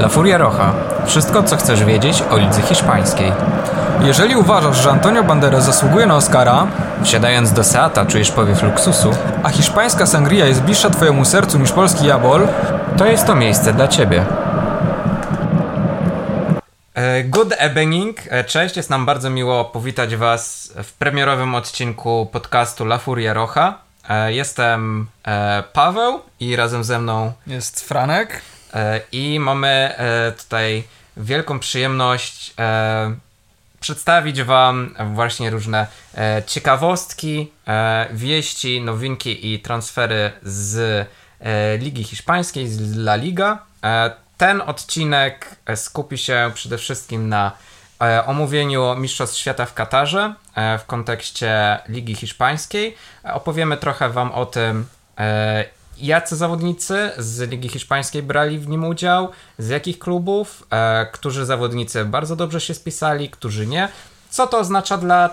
La Furia Roja. Wszystko, co chcesz wiedzieć o lidze hiszpańskiej. Jeżeli uważasz, że Antonio Banderas zasługuje na Oscara, Wsiadając do Seata czujesz powiew luksusu, a hiszpańska sangria jest bliższa twojemu sercu niż polski jabol, to jest to miejsce dla ciebie. Good evening, cześć, jest nam bardzo miło powitać was w premierowym odcinku podcastu La Furia Roja. Jestem Paweł i razem ze mną jest Franek. I mamy tutaj wielką przyjemność przedstawić wam właśnie różne ciekawostki, wieści, nowinki i transfery z Ligi Hiszpańskiej, z La Liga. Ten odcinek skupi się przede wszystkim na omówieniu Mistrzostw Świata w Katarze w kontekście Ligi Hiszpańskiej. Opowiemy trochę wam o tym, jacy zawodnicy z Ligi Hiszpańskiej brali w nim udział, z jakich klubów, którzy zawodnicy bardzo dobrze się spisali, którzy nie. Co to oznacza dla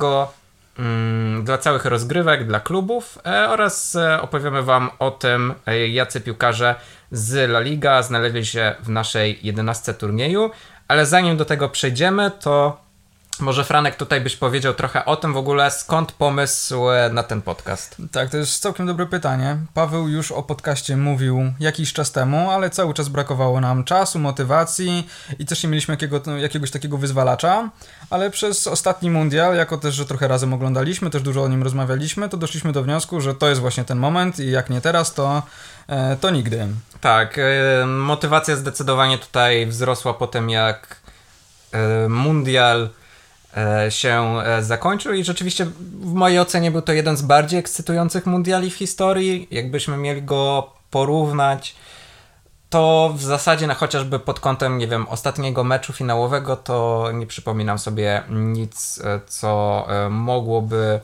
całych rozgrywek, dla klubów oraz opowiemy wam o tym, jacy piłkarze z La Liga znaleźli się w naszej 11 turnieju. Ale zanim do tego przejdziemy, to może Franek tutaj byś powiedział trochę o tym w ogóle, skąd pomysł na ten podcast? Tak, to jest całkiem dobre pytanie. Paweł już o podcaście mówił jakiś czas temu, ale cały czas brakowało nam czasu, motywacji i też nie mieliśmy jakiegoś takiego wyzwalacza, ale przez ostatni mundial, jako też, że trochę razem oglądaliśmy, też dużo o nim rozmawialiśmy, to doszliśmy do wniosku, że to jest właśnie ten moment i jak nie teraz, to nigdy. Tak, motywacja zdecydowanie tutaj wzrosła po tym, jak mundial się zakończył i rzeczywiście w mojej ocenie był to jeden z bardziej ekscytujących mundiali w historii. Jakbyśmy mieli go porównać, to w zasadzie chociażby pod kątem, nie wiem, ostatniego meczu finałowego, to nie przypominam sobie nic, co mogłoby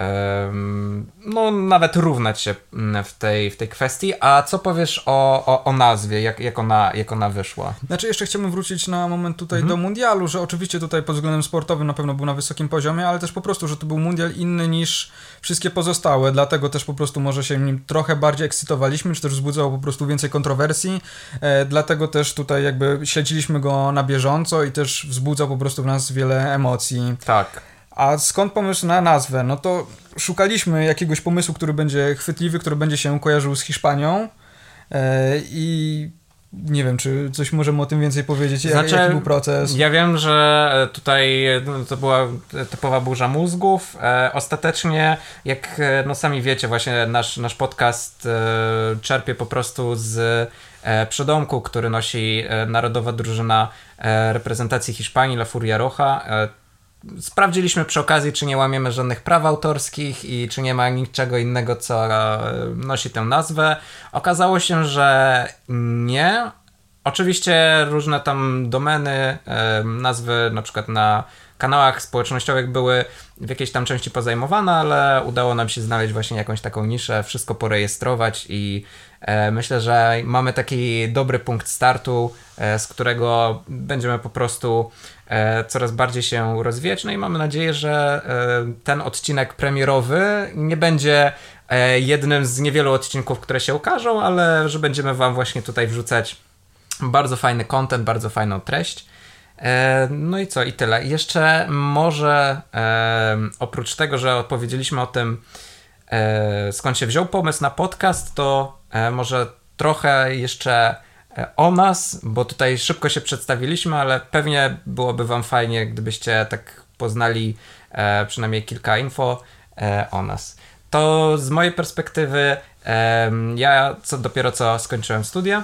nawet równać się w tej kwestii. A co powiesz o nazwie, jak ona wyszła? Znaczy jeszcze chciałbym wrócić na moment tutaj do mundialu, że oczywiście tutaj pod względem sportowym na pewno był na wysokim poziomie, ale też po prostu, że to był mundial inny niż wszystkie pozostałe, dlatego też po prostu może się nim trochę bardziej ekscytowaliśmy, czy też wzbudzało po prostu więcej kontrowersji, dlatego też tutaj jakby śledziliśmy go na bieżąco i też wzbudzał po prostu w nas wiele emocji. Tak. A skąd pomysł na nazwę? No to szukaliśmy jakiegoś pomysłu, który będzie chwytliwy, który będzie się kojarzył z Hiszpanią i nie wiem, czy coś możemy o tym więcej powiedzieć, jaki był proces? Ja wiem, że tutaj to była typowa burza mózgów. Ostatecznie, jak sami wiecie, właśnie nasz podcast czerpie po prostu z przydomku, który nosi narodowa drużyna reprezentacji Hiszpanii, La Furia Roja. Sprawdziliśmy przy okazji, czy nie łamiemy żadnych praw autorskich i czy nie ma niczego innego, co nosi tę nazwę. Okazało się, że nie. Oczywiście różne tam domeny, nazwy na przykład na kanałach społecznościowych były w jakiejś tam części pozajmowane, ale udało nam się znaleźć właśnie jakąś taką niszę, wszystko porejestrować i myślę, że mamy taki dobry punkt startu, z którego będziemy po prostu coraz bardziej się rozwijać. No i mamy nadzieję, że ten odcinek premierowy nie będzie jednym z niewielu odcinków, które się ukażą, ale że będziemy wam właśnie tutaj wrzucać bardzo fajny content, bardzo fajną treść. No i co? I tyle. Jeszcze może oprócz tego, że opowiedzieliśmy o tym, skąd się wziął pomysł na podcast, to może trochę jeszcze o nas, bo tutaj szybko się przedstawiliśmy, ale pewnie byłoby wam fajnie, gdybyście tak poznali przynajmniej kilka info o nas. To z mojej perspektywy ja dopiero co skończyłem studia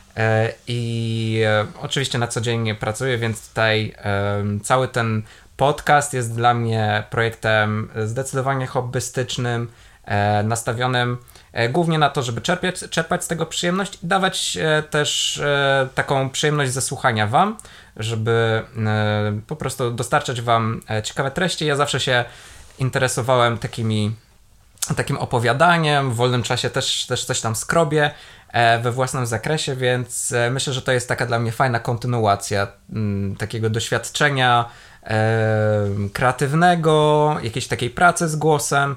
i oczywiście na co dzień pracuję, więc tutaj cały ten podcast jest dla mnie projektem zdecydowanie hobbystycznym, nastawionym głównie na to, żeby czerpać z tego przyjemność i dawać też taką przyjemność ze słuchania wam, żeby po prostu dostarczać wam ciekawe treści. Ja zawsze się interesowałem takim opowiadaniem, w wolnym czasie też coś tam skrobię we własnym zakresie, więc myślę, że to jest taka dla mnie fajna kontynuacja takiego doświadczenia kreatywnego, jakiejś takiej pracy z głosem.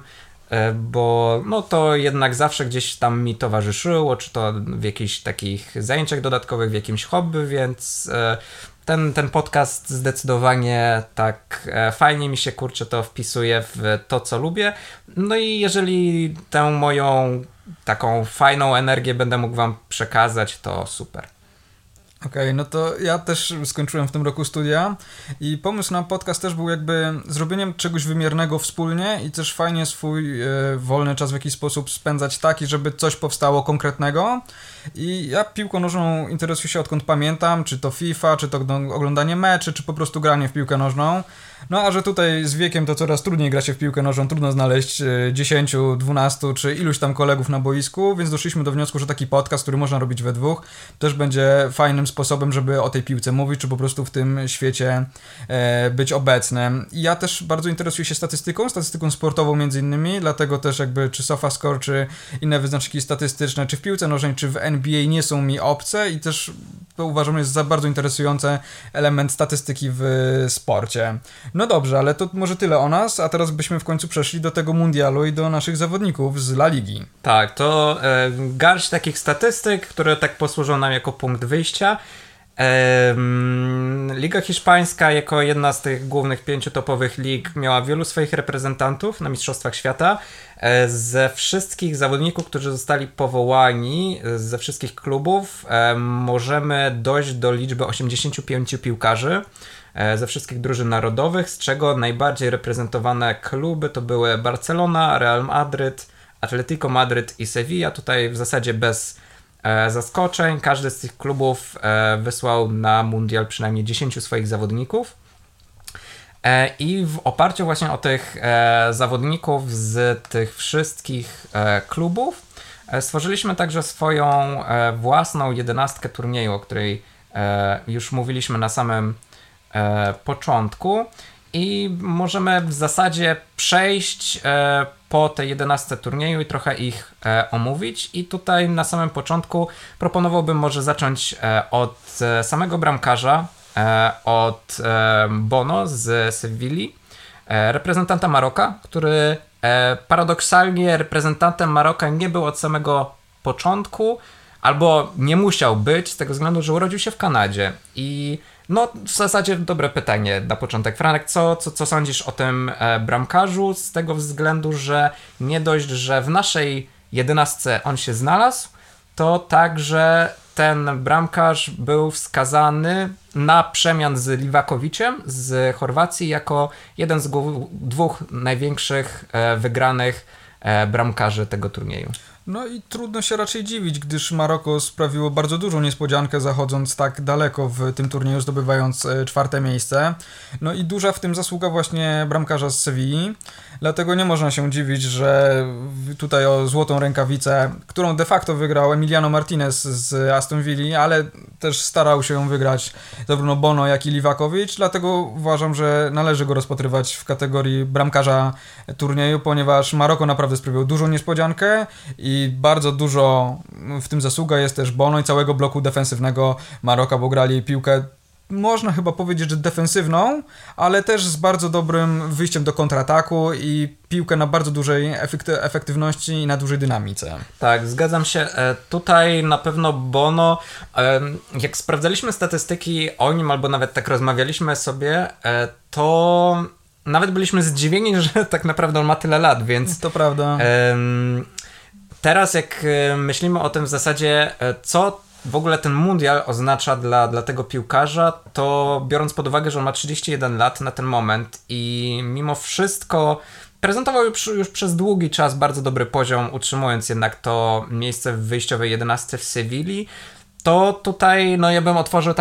bo no to jednak zawsze gdzieś tam mi towarzyszyło, czy to w jakichś takich zajęciach dodatkowych, w jakimś hobby, więc ten podcast zdecydowanie tak fajnie mi się, kurczę, to wpisuje w to, co lubię. No i jeżeli tę moją taką fajną energię będę mógł wam przekazać, to super. Okej, no to ja też skończyłem w tym roku studia i pomysł na podcast też był jakby zrobieniem czegoś wymiernego wspólnie i też fajnie swój wolny czas w jakiś sposób spędzać taki, żeby coś powstało konkretnego. I ja piłką nożną interesuję się odkąd pamiętam, czy to FIFA, czy to oglądanie meczy, czy po prostu granie w piłkę nożną. No a że tutaj z wiekiem to coraz trudniej gra się w piłkę nożną, trudno znaleźć 10, 12 czy iluś tam kolegów na boisku, więc doszliśmy do wniosku, że taki podcast, który można robić we dwóch, też będzie fajnym sposobem, żeby o tej piłce mówić, czy po prostu w tym świecie być obecnym. I ja też bardzo interesuję się statystyką sportową między innymi, dlatego też jakby czy SofaScore, czy inne wyznaczniki statystyczne, czy w piłce nożnej, czy w NBA nie są mi obce i też to uważam jest za bardzo interesujący element statystyki w sporcie. No dobrze, ale to może tyle o nas, a teraz byśmy w końcu przeszli do tego mundialu i do naszych zawodników z La Ligi. Tak, to garść takich statystyk, które tak posłużą nam jako punkt wyjścia. Liga Hiszpańska jako jedna z tych głównych 5 topowych lig miała wielu swoich reprezentantów na Mistrzostwach Świata. Ze wszystkich zawodników, którzy zostali powołani, ze wszystkich klubów możemy dojść do liczby 85 piłkarzy ze wszystkich drużyn narodowych, z czego najbardziej reprezentowane kluby to były Barcelona, Real Madryt, Atletico Madryt i Sevilla. Tutaj w zasadzie bez zaskoczeń. Każdy z tych klubów wysłał na mundial przynajmniej 10 swoich zawodników. I w oparciu właśnie o tych zawodników z tych wszystkich klubów stworzyliśmy także swoją własną 11 turnieju, o której już mówiliśmy na samym początku. I możemy w zasadzie przejść po tej 11 turnieju i trochę ich omówić. I tutaj na samym początku proponowałbym może zacząć od samego bramkarza, od Bono z Sewilli, reprezentanta Maroka, który paradoksalnie reprezentantem Maroka nie był od samego początku, albo nie musiał być z tego względu, że urodził się w Kanadzie. I no w zasadzie dobre pytanie na początek. Franek, co sądzisz o tym bramkarzu z tego względu, że nie dość, że w naszej 11 on się znalazł, to także ten bramkarz był wskazany na przemian z Livakoviciem z Chorwacji jako jeden z dwóch największych wygranych bramkarzy tego turnieju. No i trudno się raczej dziwić, gdyż Maroko sprawiło bardzo dużą niespodziankę, zachodząc tak daleko w tym turnieju, zdobywając 4. miejsce. No i duża w tym zasługa właśnie bramkarza z Sewilli, dlatego nie można się dziwić, że tutaj o złotą rękawicę, którą de facto wygrał Emiliano Martinez z Aston Villa, ale też starał się ją wygrać zarówno Bono, jak i Livakovic, dlatego uważam, że należy go rozpatrywać w kategorii bramkarza turnieju, ponieważ Maroko naprawdę sprawiło dużą niespodziankę i bardzo dużo w tym zasługa jest też Bono i całego bloku defensywnego Maroka, bo grali piłkę, można chyba powiedzieć, że defensywną, ale też z bardzo dobrym wyjściem do kontrataku i piłkę na bardzo dużej efektywności i na dużej dynamice. Tak, zgadzam się. Tutaj na pewno Bono, jak sprawdzaliśmy statystyki o nim, albo nawet tak rozmawialiśmy sobie, to nawet byliśmy zdziwieni, że tak naprawdę on ma tyle lat, więc... To prawda. Teraz jak myślimy o tym w zasadzie, co w ogóle ten mundial oznacza dla tego piłkarza, to biorąc pod uwagę, że on ma 31 lat na ten moment i mimo wszystko prezentował już przez długi czas bardzo dobry poziom, utrzymując jednak to miejsce w wyjściowej 11 w Sewilli, to tutaj no ja bym otworzył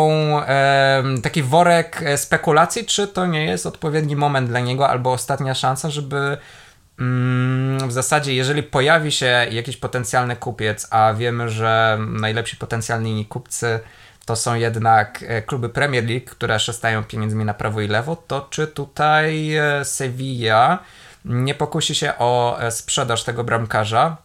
taki worek spekulacji, czy to nie jest odpowiedni moment dla niego albo ostatnia szansa, żeby w zasadzie jeżeli pojawi się jakiś potencjalny kupiec, a wiemy, że najlepsi potencjalni kupcy to są jednak kluby Premier League, które szestają pieniędzmi na prawo i lewo, to czy tutaj Sevilla nie pokusi się o sprzedaż tego bramkarza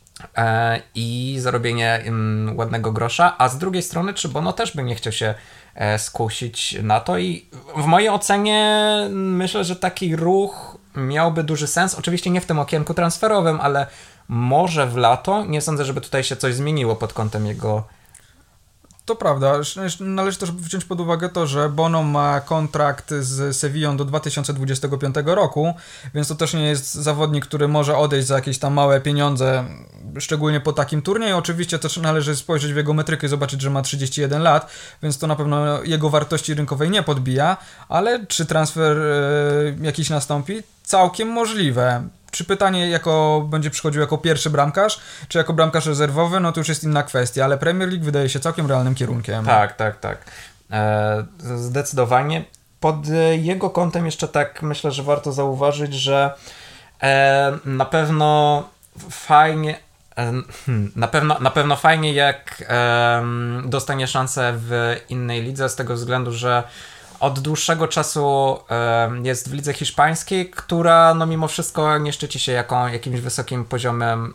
i zarobienie ładnego grosza, a z drugiej strony czy Bono też by nie chciał się skusić na to i w mojej ocenie myślę, że taki ruch miałby duży sens. Oczywiście nie w tym okienku transferowym, ale może w lato. Nie sądzę, żeby tutaj się coś zmieniło pod kątem jego... To prawda. Należy też wziąć pod uwagę to, że Bono ma kontrakt z Sevillą do 2025 roku, więc to też nie jest zawodnik, który może odejść za jakieś tam małe pieniądze, szczególnie po takim turnieju. Oczywiście też należy spojrzeć w jego metrykę i zobaczyć, że ma 31 lat, więc to na pewno jego wartości rynkowej nie podbija, ale czy transfer jakiś nastąpi? Całkiem możliwe. Czy pytanie będzie przychodził jako pierwszy bramkarz, czy jako bramkarz rezerwowy, no to już jest inna kwestia, ale Premier League wydaje się całkiem realnym kierunkiem. Tak. Zdecydowanie. Pod jego kątem jeszcze tak myślę, że warto zauważyć, że na pewno fajnie na pewno fajnie, jak dostanie szansę w innej lidze, z tego względu, że od dłuższego czasu jest w lidze hiszpańskiej, która no mimo wszystko nie szczyci się jakimś wysokim poziomem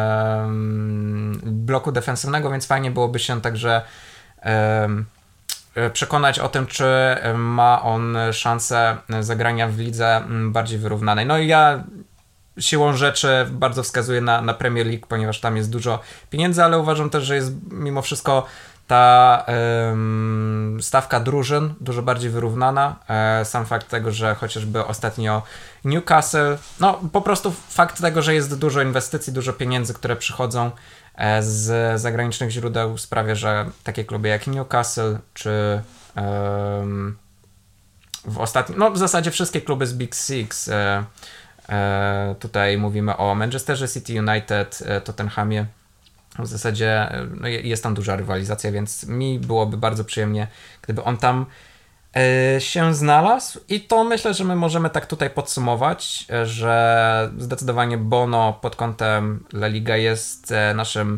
bloku defensywnego, więc fajnie byłoby się także przekonać o tym, czy ma on szansę zagrania w lidze bardziej wyrównanej. No i ja siłą rzeczy bardzo wskazuję na Premier League, ponieważ tam jest dużo pieniędzy, ale uważam też, że jest mimo wszystko ta stawka drużyn dużo bardziej wyrównana. Sam fakt tego, że chociażby ostatnio Newcastle, no po prostu fakt tego, że jest dużo inwestycji, dużo pieniędzy, które przychodzą z zagranicznych źródeł, sprawia, że takie kluby jak Newcastle, czy w zasadzie wszystkie kluby z Big Six, tutaj mówimy o Manchesterze City, United, Tottenhamie, w zasadzie no jest tam duża rywalizacja, więc mi byłoby bardzo przyjemnie, gdyby on tam się znalazł. I to myślę, że my możemy tak tutaj podsumować, że zdecydowanie Bono pod kątem La Liga jest naszym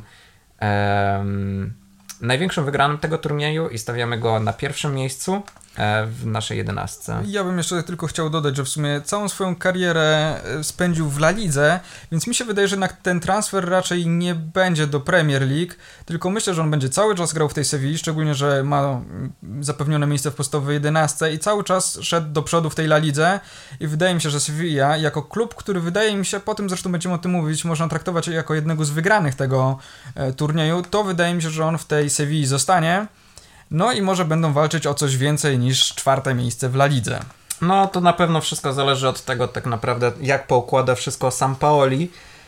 największym wygranym tego turnieju i stawiamy go na pierwszym miejscu w naszej 11. Ja bym jeszcze tylko chciał dodać, że w sumie całą swoją karierę spędził w La Lidze, więc mi się wydaje, że jednak ten transfer raczej nie będzie do Premier League, tylko myślę, że on będzie cały czas grał w tej Sewilli, szczególnie, że ma zapewnione miejsce w podstawowej 11 i cały czas szedł do przodu w tej La Lidze i wydaje mi się, że Sevilla jako klub, który wydaje mi się, po tym zresztą będziemy o tym mówić, można traktować jako jednego z wygranych tego turnieju, to wydaje mi się, że on w tej Sewilli zostanie. No i może będą walczyć o coś więcej niż 4. miejsce w La Lidze. No to na pewno wszystko zależy od tego tak naprawdę, jak poukłada wszystko Sampaoli.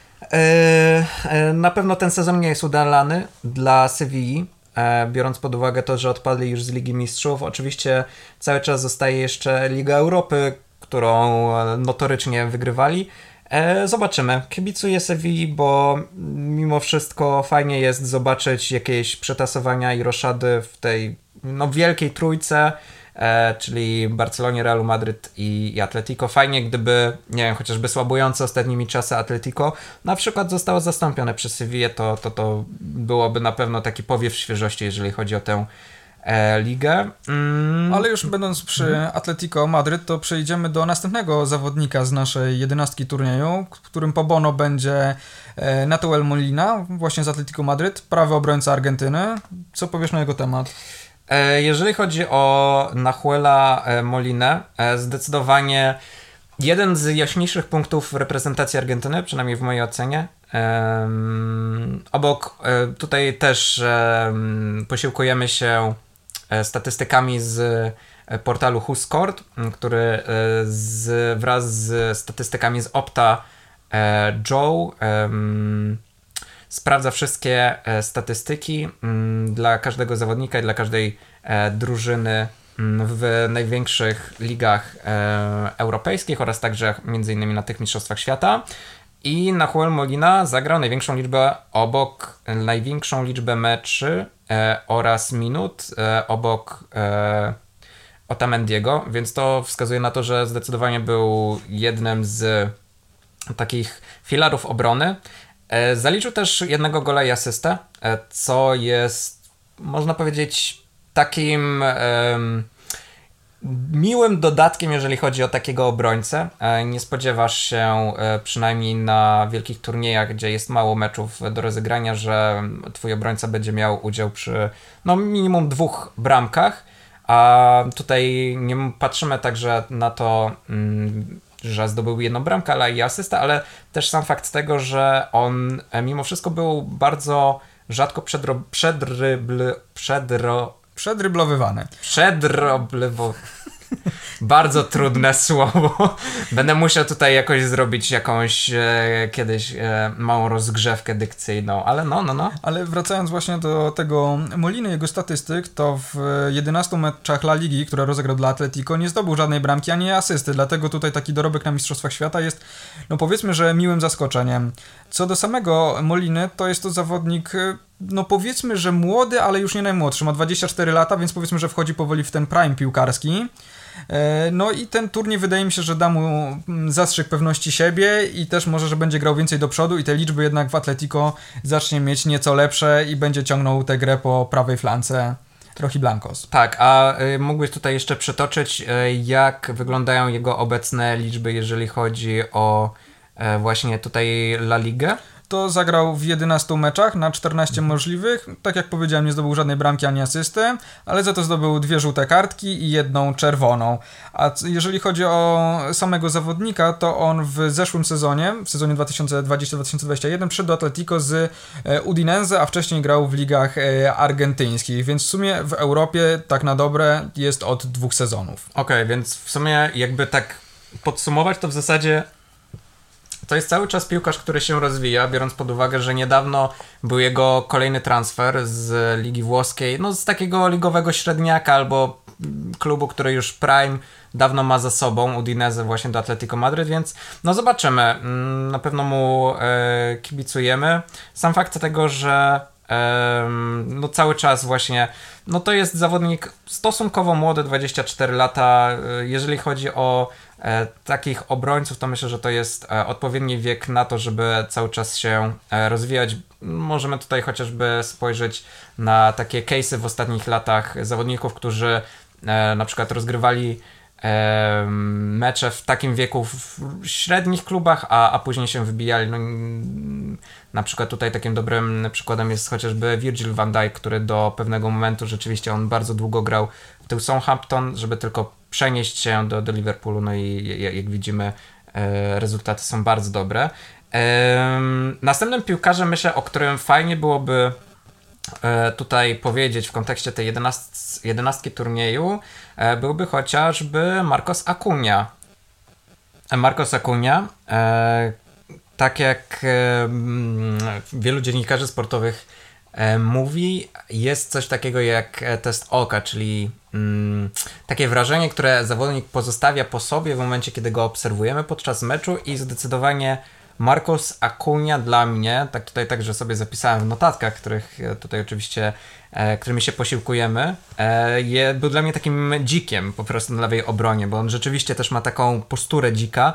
Na pewno ten sezon nie jest udalany dla Sewilli, biorąc pod uwagę to, że odpadli już z Ligi Mistrzów. Oczywiście cały czas zostaje jeszcze Liga Europy, którą notorycznie wygrywali. Zobaczymy. Kibicuję Sewilli, bo mimo wszystko fajnie jest zobaczyć jakieś przetasowania i roszady w tej wielkiej trójce, czyli Barcelonie, Realu Madryt i Atletico. Fajnie, gdyby, nie wiem, chociażby słabujące ostatnimi czasy Atletico na przykład zostało zastąpione przez Sewillę, to byłoby na pewno taki powiew świeżości, jeżeli chodzi o tę ligę. Ale już będąc przy Atletico Madryt, to przejdziemy do następnego zawodnika z naszej 11 turnieju, którym po Bono będzie Nahuel Molina, właśnie z Atletico Madryt, prawy obrońca Argentyny. Co powiesz na jego temat? Jeżeli chodzi o Nahuela Molinę, zdecydowanie jeden z jaśniejszych punktów reprezentacji Argentyny, przynajmniej w mojej ocenie. Obok tutaj też posiłkujemy się statystykami z portalu WhoScored, który wraz z statystykami z Opta Joe sprawdza wszystkie statystyki dla każdego zawodnika i dla każdej drużyny w największych ligach europejskich oraz także m.in. na tych mistrzostwach świata. I Nahuel Molina zagrał największą liczbę meczy oraz minut obok Otamendiego, więc to wskazuje na to, że zdecydowanie był jednym z takich filarów obrony. Zaliczył też 1 gola i asystę, co jest, można powiedzieć, takim miłym dodatkiem, jeżeli chodzi o takiego obrońcę. Nie spodziewasz się, przynajmniej na wielkich turniejach, gdzie jest mało meczów do rozegrania, że twój obrońca będzie miał udział przy minimum 2 bramkach, a tutaj nie patrzymy także na to, że zdobył jedną bramkę, ale i asystę, ale też sam fakt tego, że on mimo wszystko był bardzo rzadko Przedryblowywany. Bardzo trudne słowo. Będę musiał tutaj jakoś zrobić jakąś kiedyś małą rozgrzewkę dykcyjną, ale no. Ale wracając właśnie do tego Moliny, jego statystyk, to w 11 meczach La Ligi, które rozegrał dla Atletico, nie zdobył żadnej bramki ani asysty, dlatego tutaj taki dorobek na Mistrzostwach Świata jest, no powiedzmy, że miłym zaskoczeniem. Co do samego Moliny, to jest to zawodnik, no powiedzmy, że młody, ale już nie najmłodszy, ma 24 lata, więc powiedzmy, że wchodzi powoli w ten prime piłkarski. No i ten turniej wydaje mi się, że da mu zastrzyk pewności siebie i też może, że będzie grał więcej do przodu i te liczby jednak w Atletico zacznie mieć nieco lepsze i będzie ciągnął tę grę po prawej flance Rojiblancos. Tak, a mógłbyś tutaj jeszcze przytoczyć, jak wyglądają jego obecne liczby, jeżeli chodzi o właśnie tutaj La Ligę? To zagrał w 11 meczach na 14 możliwych. Tak jak powiedziałem, nie zdobył żadnej bramki ani asysty, ale za to zdobył 2 żółte kartki i 1 czerwoną. A jeżeli chodzi o samego zawodnika, to on w zeszłym sezonie, w sezonie 2020-2021 przyszedł do Atletico z Udinese, a wcześniej grał w ligach argentyńskich, więc w sumie w Europie tak na dobre jest od 2 sezonów. Okej, więc w sumie jakby tak podsumować, to w zasadzie to jest cały czas piłkarz, który się rozwija, biorąc pod uwagę, że niedawno był jego kolejny transfer z Ligi Włoskiej, no z takiego ligowego średniaka albo klubu, który już prime dawno ma za sobą, Udinese właśnie do Atletico Madryt, więc no zobaczymy. Na pewno mu kibicujemy. Sam fakt tego, że no cały czas właśnie, no to jest zawodnik stosunkowo młody, 24 lata, jeżeli chodzi o takich obrońców, to myślę, że to jest odpowiedni wiek na to, żeby cały czas się rozwijać. Możemy tutaj chociażby spojrzeć na takie case'y w ostatnich latach zawodników, którzy na przykład rozgrywali mecze w takim wieku w średnich klubach, a później się wybijali. No, na przykład tutaj takim dobrym przykładem jest chociażby Virgil van Dijk, który do pewnego momentu rzeczywiście on bardzo długo grał w tył Southampton, żeby tylko przenieść się do Liverpoolu, no i jak widzimy rezultaty są bardzo dobre. Następnym piłkarzem, myślę, o którym fajnie byłoby tutaj powiedzieć w kontekście tej 11 turnieju, byłby chociażby Marcos Acuna. Marcos Acuna, tak jak wielu dziennikarzy sportowych mówi, jest coś takiego jak test oka, czyli takie wrażenie, które zawodnik pozostawia po sobie w momencie, kiedy go obserwujemy podczas meczu i zdecydowanie Marcos Acuna dla mnie, tak tutaj także sobie zapisałem w notatkach, których tutaj oczywiście, którymi się posiłkujemy, był dla mnie takim dzikiem po prostu na lewej obronie, bo on rzeczywiście też ma taką posturę dzika.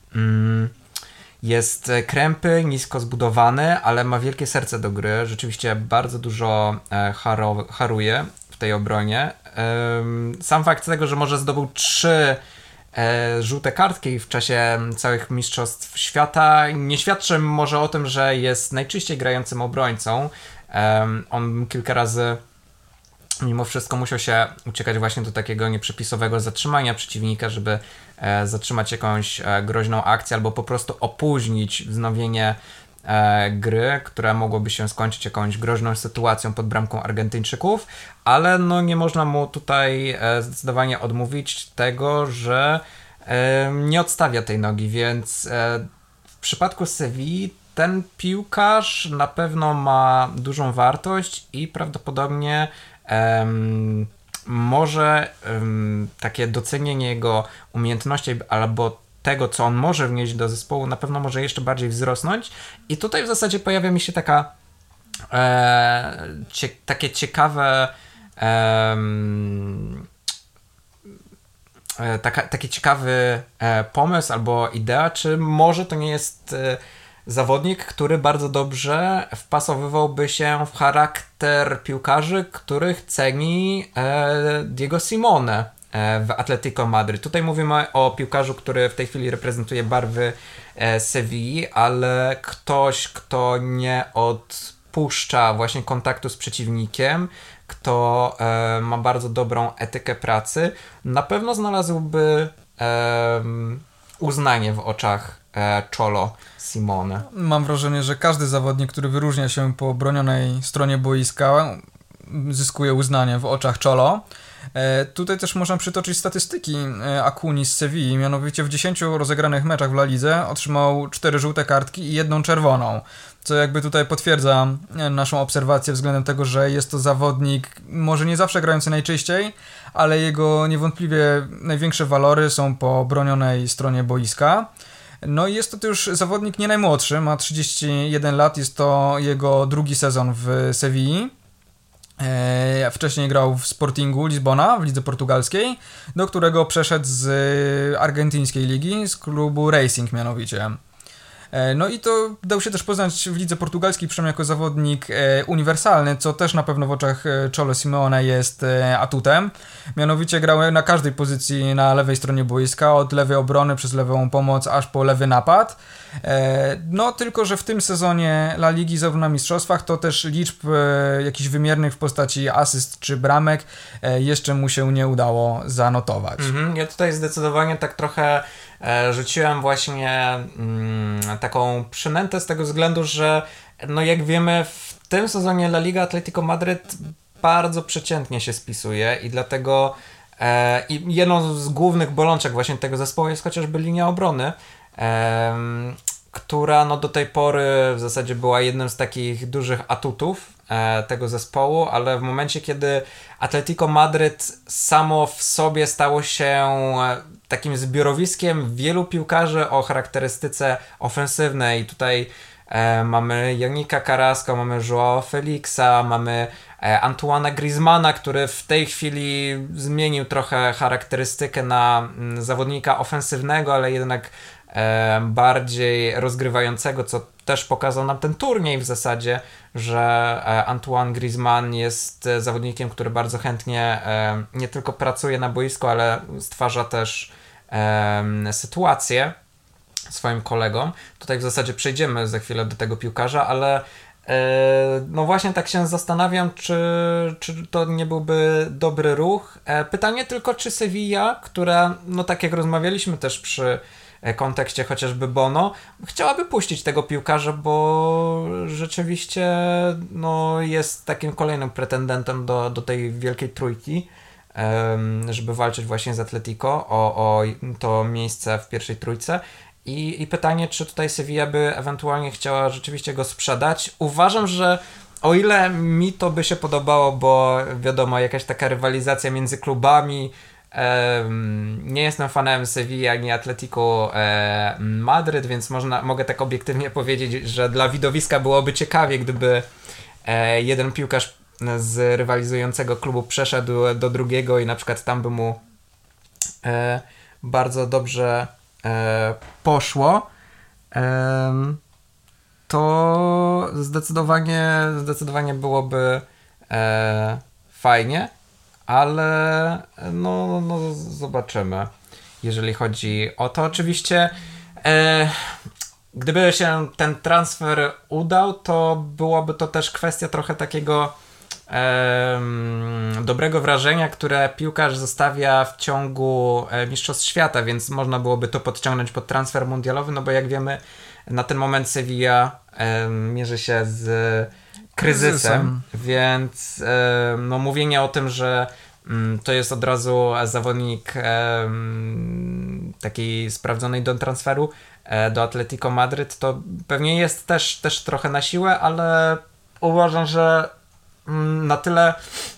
Jest krępy, nisko zbudowany, ale ma wielkie serce do gry. Rzeczywiście bardzo dużo haruje w tej obronie. Sam fakt tego, że może zdobył 3 żółte kartki w czasie całych mistrzostw świata nie świadczy może o tym, że jest najczyściej grającym obrońcą. On kilka razy mimo wszystko musiał się uciekać właśnie do takiego nieprzepisowego zatrzymania przeciwnika, żeby zatrzymać jakąś groźną akcję albo po prostu opóźnić wznowienie gry, która mogłoby się skończyć jakąś groźną sytuacją pod bramką Argentyńczyków, ale no nie można mu tutaj zdecydowanie odmówić tego, że nie odstawia tej nogi, więc w przypadku Sewilli ten piłkarz na pewno ma dużą wartość i prawdopodobnie może takie docenienie jego umiejętności albo tego, co on może wnieść do zespołu, na pewno może jeszcze bardziej wzrosnąć. I tutaj w zasadzie pojawia mi się takie ciekawe taki ciekawy pomysł albo idea, czy może to nie jest zawodnik, który bardzo dobrze wpasowywałby się w charakter piłkarzy, których ceni Diego Simone w Atletico Madryt. Tutaj mówimy o piłkarzu, który w tej chwili reprezentuje barwy Sewilli, ale ktoś, kto nie odpuszcza właśnie kontaktu z przeciwnikiem, kto ma bardzo dobrą etykę pracy, na pewno znalazłby uznanie w oczach Cholo Simeone. Mam wrażenie, że każdy zawodnik, który wyróżnia się po bronionej stronie boiska, zyskuje uznanie w oczach Cholo. Tutaj też można przytoczyć statystyki Acuni z Sewilli, mianowicie w 10 rozegranych meczach w La Lidze otrzymał 4 żółte kartki i 1 czerwoną, co jakby tutaj potwierdza naszą obserwację względem tego, że jest to zawodnik może nie zawsze grający najczyściej, ale jego niewątpliwie największe walory są po bronionej stronie boiska. No i jest to już zawodnik nie najmłodszy, ma 31 lat, jest to jego drugi sezon w Sewilli. Wcześniej grał w Sportingu Lizbona w lidze portugalskiej, do którego przeszedł z argentyńskiej ligi, z klubu Racing mianowicie. No i to dał się też poznać w lidze portugalskiej, przynajmniej jako zawodnik uniwersalny, co też na pewno w oczach Cholo Simeone jest atutem. Mianowicie grał na każdej pozycji na lewej stronie boiska, od lewej obrony przez lewą pomoc aż po lewy napad. No tylko, że w tym sezonie La Ligi zarówno na mistrzostwach to też liczb jakichś wymiernych w postaci asyst czy bramek jeszcze mu się nie udało zanotować. Ja tutaj zdecydowanie tak trochę rzuciłem właśnie taką przynętę z tego względu, że no jak wiemy w tym sezonie La Liga Atletico Madryt bardzo przeciętnie się spisuje i dlatego i jedną z głównych bolączek właśnie tego zespołu jest chociażby linia obrony, która no do tej pory w zasadzie była jednym z takich dużych atutów tego zespołu, ale w momencie, kiedy Atletico Madryt samo w sobie stało się takim zbiorowiskiem wielu piłkarzy o charakterystyce ofensywnej. Tutaj mamy Yannicka Carrasco, mamy Joao Felixa, mamy Antoine'a Griezmana, który w tej chwili zmienił trochę charakterystykę na zawodnika ofensywnego, ale jednak bardziej rozgrywającego, co też pokazał nam ten turniej w zasadzie, że Antoine Griezmann jest zawodnikiem, który bardzo chętnie nie tylko pracuje na boisku, ale stwarza też sytuację swoim kolegom. Tutaj w zasadzie przejdziemy za chwilę do tego piłkarza, ale no właśnie tak się zastanawiam, czy to nie byłby dobry ruch. Pytanie tylko, czy Sevilla, która, no tak jak rozmawialiśmy też przy kontekście chociażby Bono, chciałaby puścić tego piłkarza, bo rzeczywiście no, jest takim kolejnym pretendentem do tej wielkiej trójki, żeby walczyć właśnie z Atletico o to miejsce w pierwszej trójce. I pytanie, czy tutaj Sevilla by ewentualnie chciała rzeczywiście go sprzedać. Uważam, że o ile mi to by się podobało, bo wiadomo, jakaś taka rywalizacja między klubami, nie jestem fanem Sevilli ani Atletico Madryt, więc mogę tak obiektywnie powiedzieć, że dla widowiska byłoby ciekawie, gdyby jeden piłkarz z rywalizującego klubu przeszedł do drugiego i na przykład tam by mu bardzo dobrze poszło, to zdecydowanie byłoby fajnie, ale no zobaczymy. Jeżeli chodzi o to, oczywiście gdyby się ten transfer udał, to byłoby to też kwestia trochę takiego dobrego wrażenia, które piłkarz zostawia w ciągu Mistrzostw Świata, więc można byłoby to podciągnąć pod transfer mundialowy, no bo jak wiemy, na ten moment Sevilla mierzy się z kryzysem, więc no mówienie o tym, że to jest od razu zawodnik takiej sprawdzonej do transferu do Atletico Madryt, to pewnie jest też trochę na siłę, ale uważam, że na tyle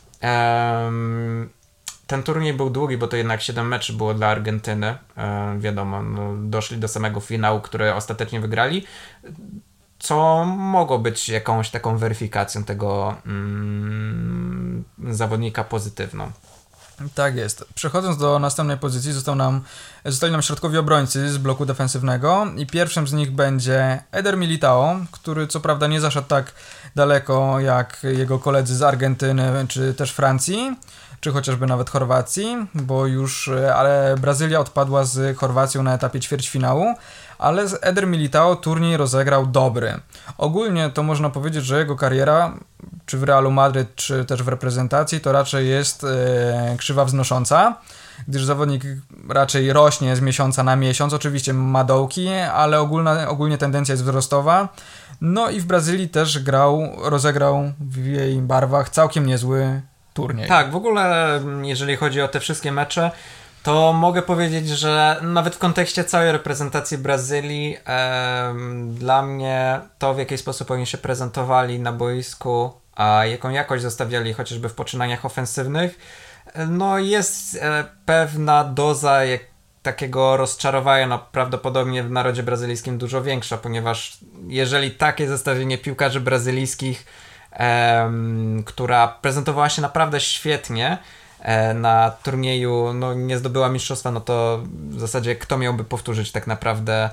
ten turniej był długi, bo to jednak 7 meczy było dla Argentyny. Wiadomo, no, doszli do samego finału, który ostatecznie wygrali, co mogło być jakąś taką weryfikacją tego zawodnika pozytywną. Tak jest. Przechodząc do następnej pozycji, zostali nam środkowi obrońcy z bloku defensywnego i pierwszym z nich będzie Eder Militao, który co prawda nie zaszedł tak daleko jak jego koledzy z Argentyny czy też Francji, czy chociażby nawet Chorwacji, ale Brazylia odpadła z Chorwacją na etapie ćwierćfinału, ale Eder Militao turniej rozegrał dobry. Ogólnie to można powiedzieć, że jego kariera, czy w Realu Madryt, czy też w reprezentacji, to raczej jest krzywa wznosząca. gdyż zawodnik raczej rośnie z miesiąca na miesiąc, oczywiście ma dołki, ale ogólnie tendencja jest wzrostowa. No i w Brazylii też rozegrał w jej barwach całkiem niezły turniej. Tak, w ogóle jeżeli chodzi o te wszystkie mecze, to mogę powiedzieć, że nawet w kontekście całej reprezentacji Brazylii dla mnie to, w jaki sposób oni się prezentowali na boisku, a jaką jakość zostawiali chociażby w poczynaniach ofensywnych, no jest pewna doza takiego rozczarowania, no prawdopodobnie w narodzie brazylijskim dużo większa, ponieważ jeżeli takie zestawienie piłkarzy brazylijskich, która prezentowała się naprawdę świetnie na turnieju, no nie zdobyła mistrzostwa, no to w zasadzie kto miałby powtórzyć tak naprawdę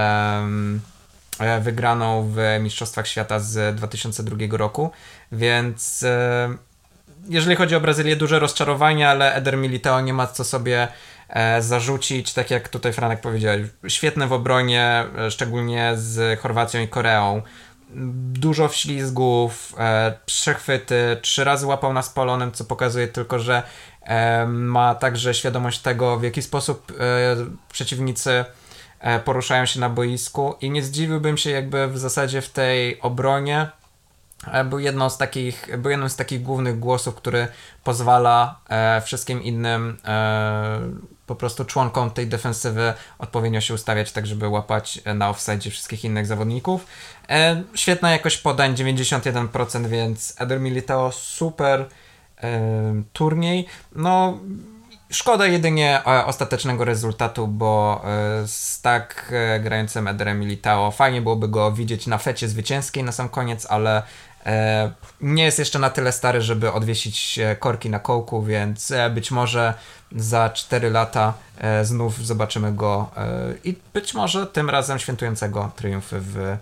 wygraną w Mistrzostwach Świata z 2002 roku, więc jeżeli chodzi o Brazylię, duże rozczarowanie, ale Eder Militão nie ma co sobie zarzucić, tak jak tutaj Franek powiedział, świetne w obronie, szczególnie z Chorwacją i Koreą. Dużo wślizgów, przechwyty, 3 razy łapał nas palonem, co pokazuje tylko, że ma także świadomość tego, w jaki sposób przeciwnicy poruszają się na boisku i nie zdziwiłbym się, jakby w zasadzie w tej obronie był jednym z takich głównych głosów, który pozwala wszystkim innym po prostu członkom tej defensywy odpowiednio się ustawiać, tak żeby łapać na offside wszystkich innych zawodników. Świetna jakość podań, 91%, więc Eder Militão super turniej. No szkoda jedynie ostatecznego rezultatu, bo z tak grającym Ederem Militão fajnie byłoby go widzieć na fecie zwycięskiej na sam koniec, ale nie jest jeszcze na tyle stary, żeby odwiesić korki na kołku, więc być może za 4 lata znów zobaczymy go i być może tym razem świętującego triumfy w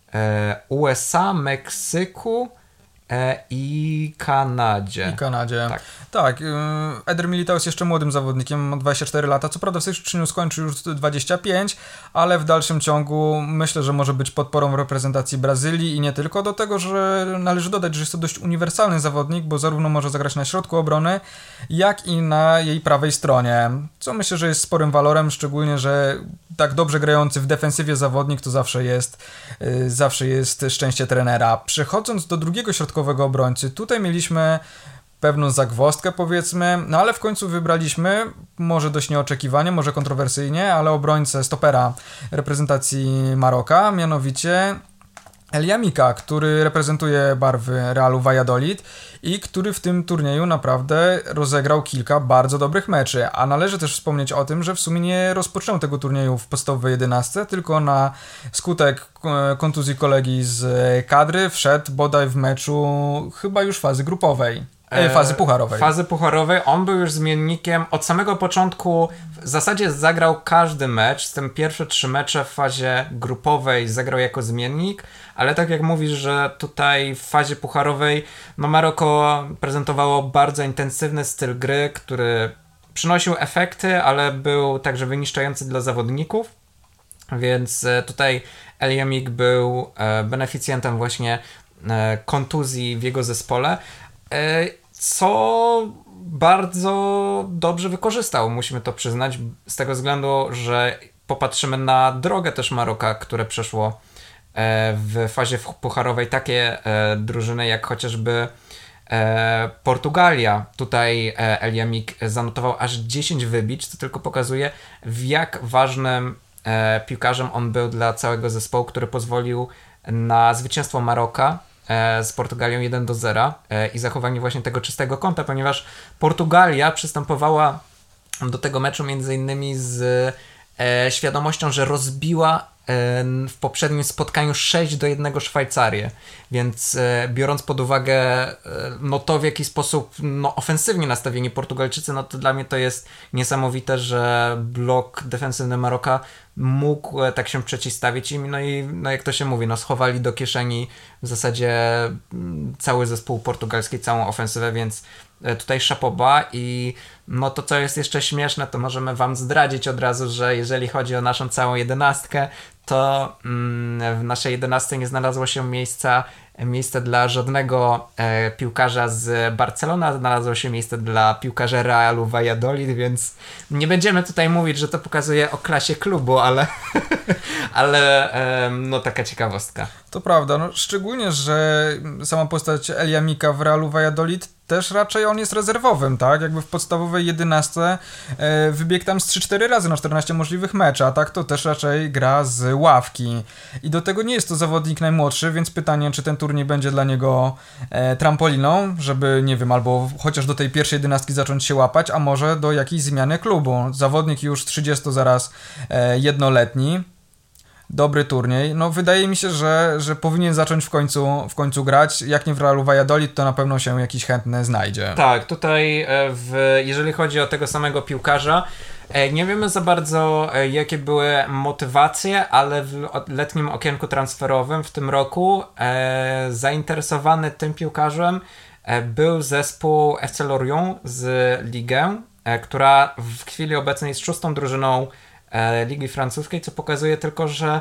USA, Meksyku i Kanadzie. Tak, Eder Militão jest jeszcze młodym zawodnikiem, ma 24 lata, co prawda w styczniu skończył już 25, ale w dalszym ciągu myślę, że może być podporą w reprezentacji Brazylii i nie tylko. Do tego, że należy dodać, że jest to dość uniwersalny zawodnik, bo zarówno może zagrać na środku obrony, jak i na jej prawej stronie, co myślę, że jest sporym walorem, szczególnie, że tak dobrze grający w defensywie zawodnik to zawsze jest szczęście trenera. Przechodząc do drugiego środkowego obrońcy, tutaj mieliśmy pewną zagwozdkę, powiedzmy, no ale w końcu wybraliśmy, może dość nieoczekiwanie, może kontrowersyjnie, ale obrońcę stopera reprezentacji Maroka, mianowicie El Yamika, który reprezentuje barwy Realu Valladolid i który w tym turnieju naprawdę rozegrał kilka bardzo dobrych meczy, a należy też wspomnieć o tym, że w sumie nie rozpoczął tego turnieju w podstawowej 11, tylko na skutek kontuzji kolegi z kadry wszedł bodaj w meczu chyba już fazy grupowej. Fazy pucharowej. Fazy pucharowej. On był już zmiennikiem od samego początku. W zasadzie zagrał każdy mecz. Z tym pierwsze 3 mecze w fazie grupowej zagrał jako zmiennik, ale tak jak mówisz, że tutaj w fazie pucharowej Maroko prezentowało bardzo intensywny styl gry, który przynosił efekty, ale był także wyniszczający dla zawodników, więc tutaj El Yamik był beneficjentem właśnie kontuzji w jego zespole, co bardzo dobrze wykorzystał, musimy to przyznać, z tego względu, że popatrzymy na drogę też Maroka, które przeszło w fazie pucharowej takie drużyny jak chociażby Portugalia. Tutaj El Yamik zanotował aż 10 wybić, co tylko pokazuje, w jak ważnym piłkarzem on był dla całego zespołu, który pozwolił na zwycięstwo Maroka z Portugalią 1-0 i zachowanie właśnie tego czystego konta, ponieważ Portugalia przystępowała do tego meczu między innymi z świadomością, że rozbiła w poprzednim spotkaniu 6-1 Szwajcarię, więc biorąc pod uwagę to, w jaki sposób ofensywnie nastawieni Portugalczycy, to dla mnie to jest niesamowite, że blok defensywny Maroka mógł tak się przeciwstawić im, i jak to się mówi, schowali do kieszeni w zasadzie cały zespół portugalski, całą ofensywę, więc tutaj szapoba i to, co jest jeszcze śmieszne, to możemy wam zdradzić od razu, że jeżeli chodzi o naszą całą 11, to w naszej 11 nie znalazło się miejsca miejsce dla żadnego piłkarza z Barcelony, znalazło się miejsce dla piłkarza Realu Valladolid, więc nie będziemy tutaj mówić, że to pokazuje o klasie klubu, ale no taka ciekawostka. To prawda, no, szczególnie, że sama postać Elia Mika w Realu Valladolid też raczej on jest rezerwowym, tak? Jakby w podstawowej 11 wybiegł tam z 3-4 razy na 14 możliwych meczach, a tak to też raczej gra z ławki. I do tego nie jest to zawodnik najmłodszy, więc pytanie, czy ten turniej będzie dla niego trampoliną, żeby, nie wiem, albo chociaż do tej pierwszej 11 zacząć się łapać, a może do jakiejś zmiany klubu. Zawodnik już 30 zaraz jednoletni. Dobry turniej. No wydaje mi się, że powinien zacząć w końcu grać. Jak nie w Realu Valladolid, to na pewno się jakiś chętny znajdzie. Tak, tutaj jeżeli chodzi o tego samego piłkarza, nie wiemy za bardzo, jakie były motywacje, ale w letnim okienku transferowym w tym roku zainteresowany tym piłkarzem był zespół FC Lorient z Ligue, która w chwili obecnej jest 6. drużyną Ligi Francuskiej, co pokazuje tylko, że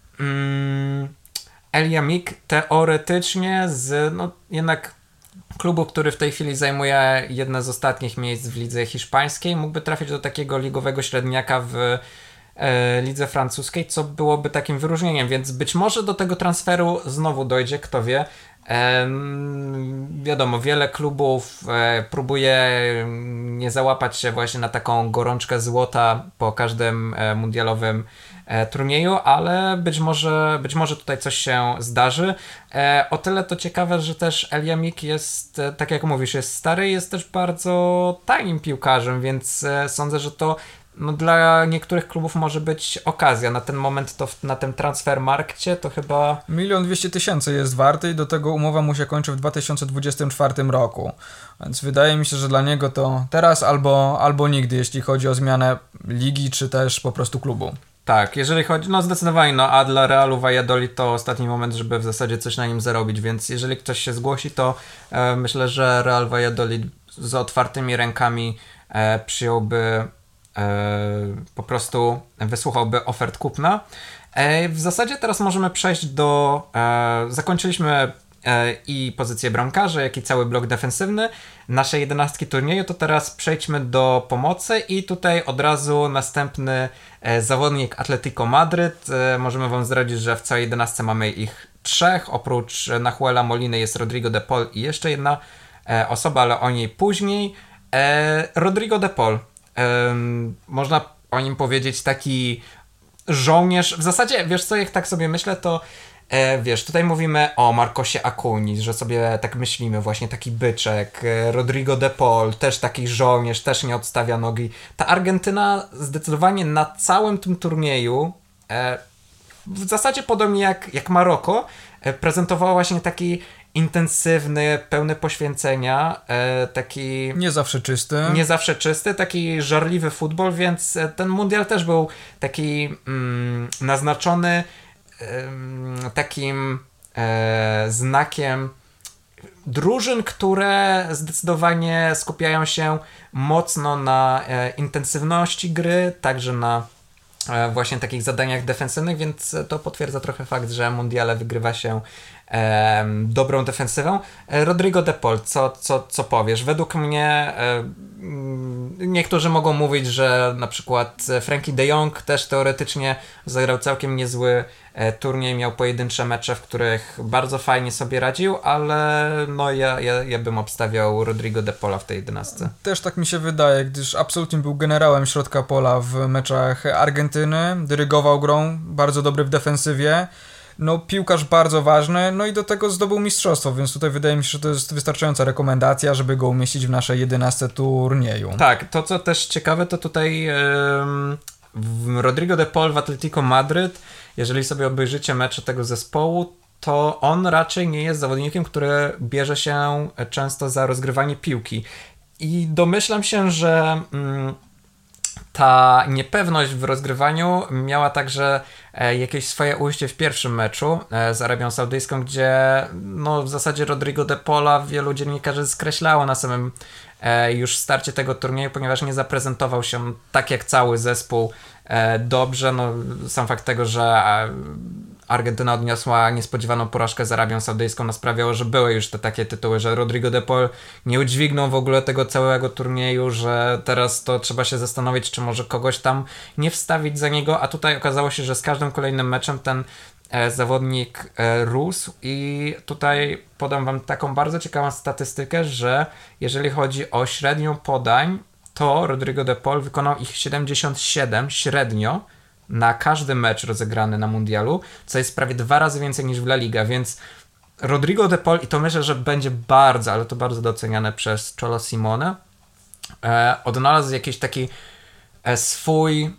Elia Mik teoretycznie z jednak klubu, który w tej chwili zajmuje jedno z ostatnich miejsc w lidze hiszpańskiej, mógłby trafić do takiego ligowego średniaka w lidze francuskiej, co byłoby takim wyróżnieniem, więc być może do tego transferu znowu dojdzie, kto wie. Wiadomo, wiele klubów próbuje nie załapać się właśnie na taką gorączkę złota po każdym mundialowym turnieju, ale być może tutaj coś się zdarzy. O tyle to ciekawe, że też Elia Mik jest, tak jak mówisz, jest stary, jest też bardzo tanim piłkarzem, więc sądzę, że to dla niektórych klubów może być okazja. Na ten moment to na tym Transfermarkcie to chyba 1 200 000 jest warty i do tego umowa mu się kończy w 2024 roku. Więc wydaje mi się, że dla niego to teraz albo nigdy, jeśli chodzi o zmianę ligi, czy też po prostu klubu. Tak, jeżeli chodzi, zdecydowanie, a dla Realu Valladolid to ostatni moment, żeby w zasadzie coś na nim zarobić, więc jeżeli ktoś się zgłosi, to myślę, że Real Valladolid z otwartymi rękami przyjąłby, po prostu wysłuchałby ofert kupna. W zasadzie teraz możemy przejść do... Zakończyliśmy i pozycję bramkarza, jak i cały blok defensywny naszej 11 turnieju, to teraz przejdźmy do pomocy i tutaj od razu następny zawodnik Atletico Madryt. Możemy wam zdradzić, że w całej 11 mamy ich 3, oprócz Nahuela Moliny jest Rodrigo de Paul i jeszcze jedna osoba, ale o niej później. Rodrigo de Paul. Można o nim powiedzieć taki żołnierz. W zasadzie, wiesz co, jak tak sobie myślę, to wiesz, tutaj mówimy o Marcosie Acunis, że sobie tak myślimy, właśnie taki byczek, Rodrigo de Paul, też taki żołnierz, też nie odstawia nogi. Ta Argentyna zdecydowanie na całym tym turnieju, w zasadzie podobnie jak Maroko, prezentowała właśnie taki intensywny, pełny poświęcenia, taki... Nie zawsze czysty, taki żarliwy futbol, więc ten mundial też był taki naznaczony takim znakiem drużyn, które zdecydowanie skupiają się mocno na intensywności gry, także na właśnie takich zadaniach defensywnych, więc to potwierdza trochę fakt, że mundiale wygrywa się dobrą defensywą. Rodrigo de Paul, co powiesz? Według mnie niektórzy mogą mówić, że na przykład Frenkie de Jong też teoretycznie zagrał całkiem niezły turniej, miał pojedyncze mecze, w których bardzo fajnie sobie radził, ale ja bym obstawiał Rodrigo de Paula w tej 11. Też tak mi się wydaje, gdyż absolutnie był generałem środka pola w meczach Argentyny, dyrygował grą, bardzo dobry w defensywie. Piłkarz bardzo ważny, i do tego zdobył mistrzostwo, więc tutaj wydaje mi się, że to jest wystarczająca rekomendacja, żeby go umieścić w naszej 11 turnieju. Tak, to co też ciekawe, to tutaj Rodrigo de Paul w Atletico Madryt, jeżeli sobie obejrzycie mecze tego zespołu, to on raczej nie jest zawodnikiem, który bierze się często za rozgrywanie piłki. I domyślam się, że ta niepewność w rozgrywaniu miała także jakieś swoje ujście w pierwszym meczu z Arabią Saudyjską, gdzie w zasadzie Rodrigo de Paula wielu dziennikarzy skreślało na samym już starcie tego turnieju, ponieważ nie zaprezentował się tak jak cały zespół dobrze. Sam fakt tego, że Argentyna odniosła niespodziewaną porażkę z Arabią Saudyjską, no sprawiało, że były już te takie tytuły, że Rodrigo de Paul nie udźwignął w ogóle tego całego turnieju, że teraz to trzeba się zastanowić, czy może kogoś tam nie wstawić za niego, a tutaj okazało się, że z każdym kolejnym meczem ten zawodnik rósł i tutaj podam wam taką bardzo ciekawą statystykę, że jeżeli chodzi o średnią podań, to Rodrigo de Paul wykonał ich 77 średnio na każdy mecz rozegrany na mundialu, co jest prawie 2 razy więcej niż w La Liga, więc Rodrigo de Paul, i to myślę, że będzie bardzo, ale to bardzo doceniane przez Cholo Simone, odnalazł jakiś taki swój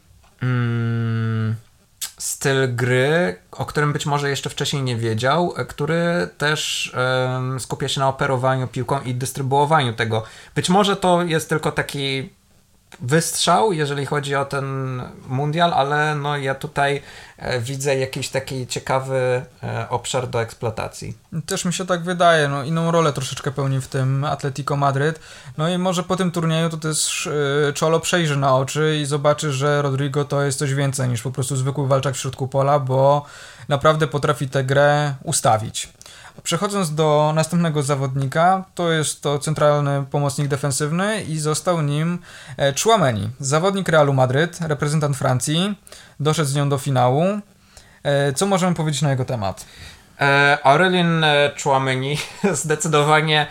styl gry, o którym być może jeszcze wcześniej nie wiedział, który też skupia się na operowaniu piłką i dystrybuowaniu tego. Być może to jest tylko taki wystrzał, jeżeli chodzi o ten mundial, ale no ja tutaj widzę jakiś taki ciekawy obszar do eksploatacji. Też mi się tak wydaje, no inną rolę troszeczkę pełni w tym Atletico Madryt, no i może po tym turnieju to też Cholo przejrzy na oczy i zobaczy, że Rodrigo to jest coś więcej niż po prostu zwykły walczak w środku pola, bo naprawdę potrafi tę grę ustawić. Przechodząc do następnego zawodnika, to jest to centralny pomocnik defensywny i został nim Tchouaméni, zawodnik Realu Madryt, reprezentant Francji, doszedł z nią do finału. Co możemy powiedzieć na jego temat? Aurelien Tchouaméni zdecydowanie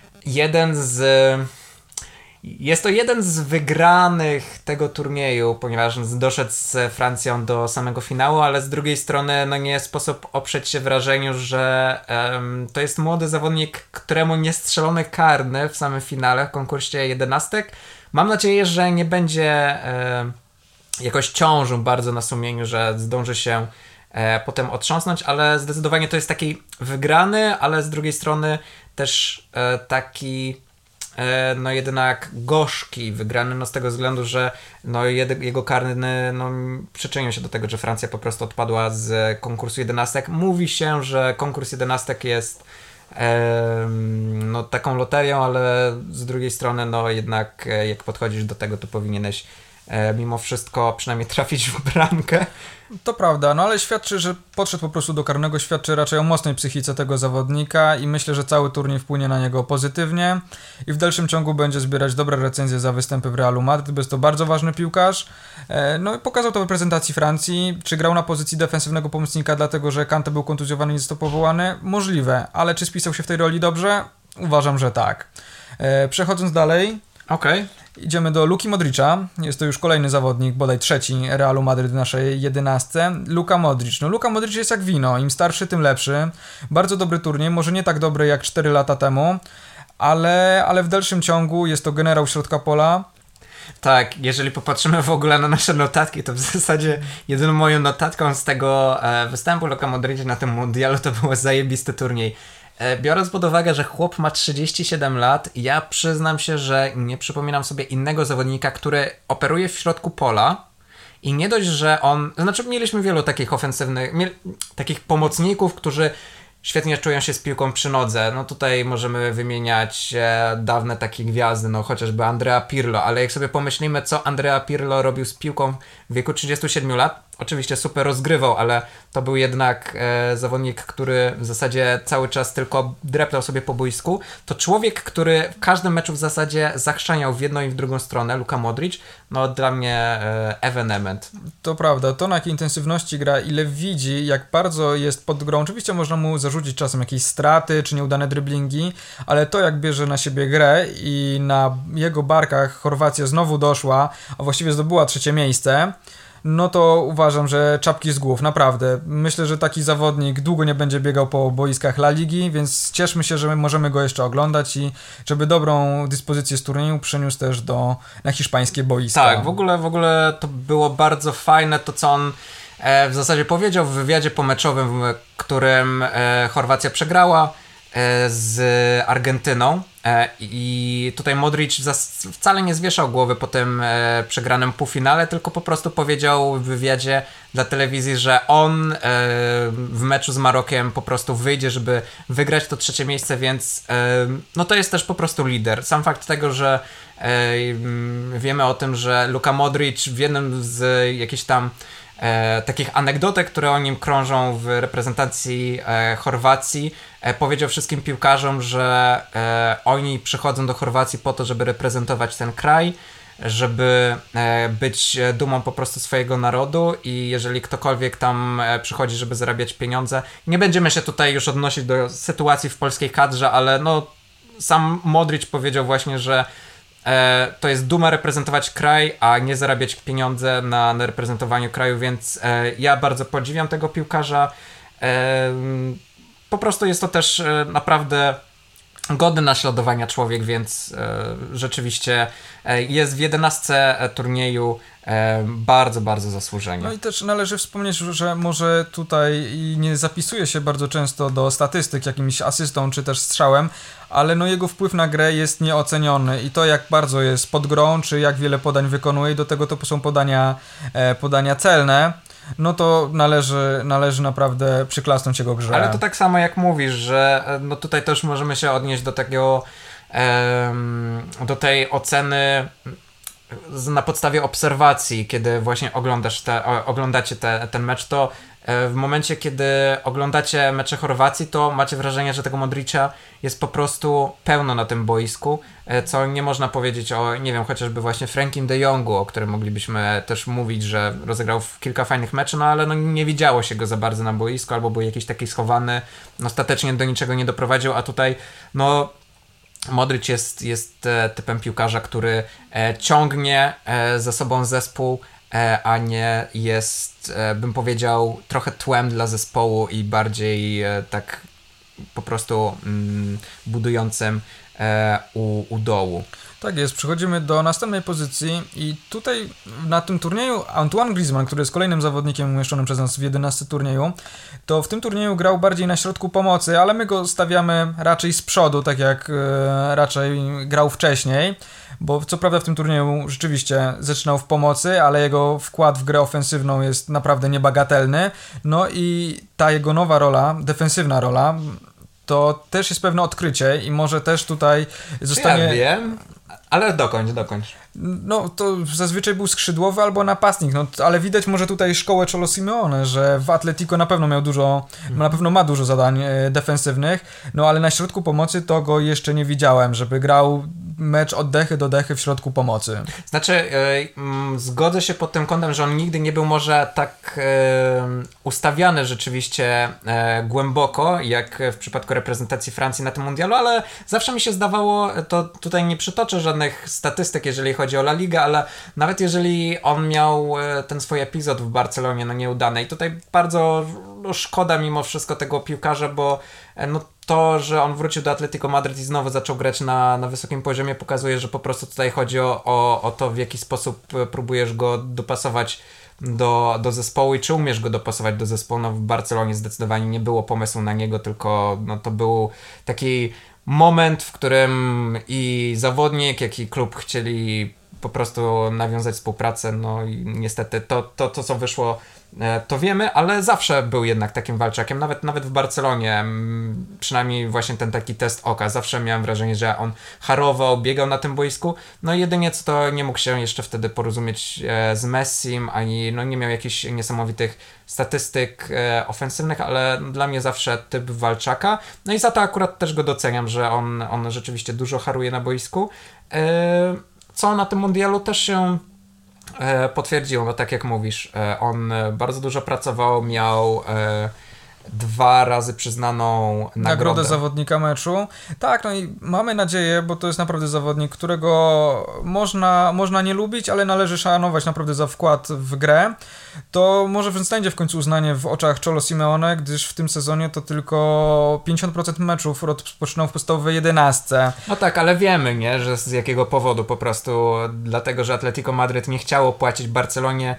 jest to jeden z wygranych tego turnieju, ponieważ doszedł z Francją do samego finału, ale z drugiej strony no nie sposób oprzeć się wrażeniu, że to jest młody zawodnik, któremu nie strzelono karny w samym finale w konkursie 11. Mam nadzieję, że nie będzie jakoś ciążył bardzo na sumieniu, że zdąży się potem otrząsnąć, ale zdecydowanie to jest taki wygrany, ale z drugiej strony też taki no jednak gorzki wygrany, no z tego względu, że no jego karny no przyczynił się do tego, że Francja po prostu odpadła z konkursu 11. Mówi się, że konkurs 11 jest no taką loterią, ale z drugiej strony no jednak jak podchodzisz do tego, to powinieneś mimo wszystko przynajmniej trafić w bramkę. To prawda, no ale świadczy, że podszedł po prostu do karnego, świadczy raczej o mocnej psychice tego zawodnika i myślę, że cały turniej wpłynie na niego pozytywnie i w dalszym ciągu będzie zbierać dobre recenzje za występy w Realu Madryt, bo jest to bardzo ważny piłkarz. No i pokazał to w reprezentacji Francji. Czy grał na pozycji defensywnego pomocnika, dlatego że Kanté był kontuzjowany i został powołany? Możliwe, ale czy spisał się w tej roli dobrze? Uważam, że tak. Przechodząc dalej, idziemy do Luki Modricza. Jest to już kolejny zawodnik, bodaj trzeci Realu Madryt w naszej 11. Luka Modric. No Luka Modric jest jak wino. Im starszy, tym lepszy. Bardzo dobry turniej. Może nie tak dobry jak 4 lata temu, ale w dalszym ciągu jest to generał środka pola. Tak, jeżeli popatrzymy w ogóle na nasze notatki, to w zasadzie jedyną moją notatką z tego występu Luka Modricia na tym mundialu to był zajebisty turniej. Biorąc pod uwagę, że chłop ma 37 lat, ja przyznam się, że nie przypominam sobie innego zawodnika, który operuje w środku pola i nie dość, że on... Znaczy mieliśmy wielu takich ofensywnych, takich pomocników, którzy świetnie czują się z piłką przy nodze. No tutaj możemy wymieniać dawne takie gwiazdy, no chociażby Andrea Pirlo, ale jak sobie pomyślimy, co Andrea Pirlo robił z piłką w wieku 37 lat, oczywiście super rozgrywał, ale to był jednak zawodnik, który w zasadzie cały czas tylko dreptał sobie po boisku. To człowiek, który w każdym meczu w zasadzie zachrzaniał w jedną i w drugą stronę, Luka Modric, no dla mnie ewenement. To prawda, to na jakiej intensywności gra, ile widzi, jak bardzo jest pod grą. Oczywiście można mu zarzucić czasem jakieś straty, czy nieudane driblingi, ale to jak bierze na siebie grę i na jego barkach Chorwacja znowu doszła, a właściwie zdobyła 3. miejsce, no to uważam, że czapki z głów, naprawdę. Myślę, że taki zawodnik długo nie będzie biegał po boiskach La Ligi, więc cieszmy się, że my możemy go jeszcze oglądać i żeby dobrą dyspozycję z turnieju przeniósł też na hiszpańskie boiska. Tak, w ogóle to było bardzo fajne to, co on w zasadzie powiedział w wywiadzie pomeczowym, w którym Chorwacja przegrała z Argentyną i tutaj Modric wcale nie zwieszał głowy po tym przegranym półfinale, tylko po prostu powiedział w wywiadzie dla telewizji, że on w meczu z Marokiem po prostu wyjdzie, żeby wygrać to 3. miejsce, więc no to jest też po prostu lider. Sam fakt tego, że wiemy o tym, że Luka Modric w jednym z jakichś tam takich anegdotek, które o nim krążą w reprezentacji Chorwacji. Powiedział wszystkim piłkarzom, że oni przychodzą do Chorwacji po to, żeby reprezentować ten kraj, żeby być dumą po prostu swojego narodu i jeżeli ktokolwiek tam przychodzi, żeby zarabiać pieniądze, nie będziemy się tutaj już odnosić do sytuacji w polskiej kadrze, ale no sam Modric powiedział właśnie, że to jest duma reprezentować kraj, a nie zarabiać pieniądze na reprezentowaniu kraju, więc ja bardzo podziwiam tego piłkarza. Po prostu jest to też naprawdę godny naśladowania człowiek, więc rzeczywiście jest w 11 turnieju bardzo, bardzo zasłużenie. No i też należy wspomnieć, że może tutaj nie zapisuje się bardzo często do statystyk jakimś asystą czy też strzałem, ale no jego wpływ na grę jest nieoceniony i to jak bardzo jest pod grą, czy jak wiele podań wykonuje i do tego to są podania celne, no to należy naprawdę przyklasnąć jego grze. Ale to tak samo jak mówisz, że no tutaj też możemy się odnieść do takiego do tej oceny na podstawie obserwacji, kiedy właśnie oglądacie ten mecz, to w momencie, kiedy oglądacie mecze Chorwacji, to macie wrażenie, że tego Modricia jest po prostu pełno na tym boisku, co nie można powiedzieć o, nie wiem, chociażby właśnie Frankiem de Jongu, o którym moglibyśmy też mówić, że rozegrał kilka fajnych meczów, no ale no nie widziało się go za bardzo na boisku, albo był jakiś taki schowany, no ostatecznie do niczego nie doprowadził, a tutaj no Modric jest typem piłkarza, który ciągnie za sobą zespół, a nie jest, bym powiedział, trochę tłem dla zespołu i bardziej tak po prostu budującym u dołu. Tak jest, przechodzimy do następnej pozycji i tutaj na tym turnieju Antoine Griezmann, który jest kolejnym zawodnikiem umieszczonym przez nas w 11 turnieju, to w tym turnieju grał bardziej na środku pomocy, ale my go stawiamy raczej z przodu, tak jak raczej grał wcześniej, bo co prawda w tym turnieju rzeczywiście zaczynał w pomocy, ale jego wkład w grę ofensywną jest naprawdę niebagatelny, no i ta jego nowa rola, defensywna rola, to też jest pewne odkrycie i może też tutaj zostanie... Ja wiem, ale dokończ. No to zazwyczaj był skrzydłowy albo napastnik, no ale widać może tutaj szkołę Cholo Simeone, że w Atletico na pewno ma dużo zadań defensywnych, no ale na środku pomocy to go jeszcze nie widziałem, żeby grał mecz od dechy do dechy w środku pomocy. Znaczy, zgodzę się pod tym kątem, że on nigdy nie był może tak ustawiany rzeczywiście głęboko, jak w przypadku reprezentacji Francji na tym mundialu, ale zawsze mi się zdawało, to tutaj nie przytoczę żadnych statystyk, jeżeli chodzi o La Ligę, ale nawet jeżeli on miał ten swój epizod w Barcelonie, no nieudany i tutaj bardzo szkoda mimo wszystko tego piłkarza, bo no to, że on wrócił do Atletico Madryt i znowu zaczął grać na wysokim poziomie, pokazuje, że po prostu tutaj chodzi o to, w jaki sposób próbujesz go dopasować do zespołu i czy umiesz go dopasować do zespołu. No w Barcelonie zdecydowanie nie było pomysłu na niego, tylko no to był taki moment, w którym i zawodnik, jak i klub chcieli po prostu nawiązać współpracę, no i niestety to co wyszło, to wiemy, ale zawsze był jednak takim walczakiem, nawet w Barcelonie, przynajmniej właśnie ten taki test oka, zawsze miałem wrażenie, że on harował, biegał na tym boisku, no i jedynie co to nie mógł się jeszcze wtedy porozumieć z Messim, ani no nie miał jakichś niesamowitych statystyk ofensywnych, ale dla mnie zawsze typ walczaka, no i za to akurat też go doceniam, że on rzeczywiście dużo haruje na boisku, co na tym mundialu też się potwierdziło, bo tak jak mówisz, on bardzo dużo pracował, miał 2 razy przyznaną nagrodę zawodnika meczu. Tak, no i mamy nadzieję, bo to jest naprawdę zawodnik, którego można nie lubić, ale należy szanować naprawdę za wkład w grę. To może znajdzie w końcu uznanie w oczach Cholo Simeone, gdyż w tym sezonie to tylko 50% meczów rozpoczynał w podstawowej 11. No tak, ale wiemy, nie, że z jakiego powodu, po prostu dlatego, że Atletico Madryt nie chciało płacić Barcelonie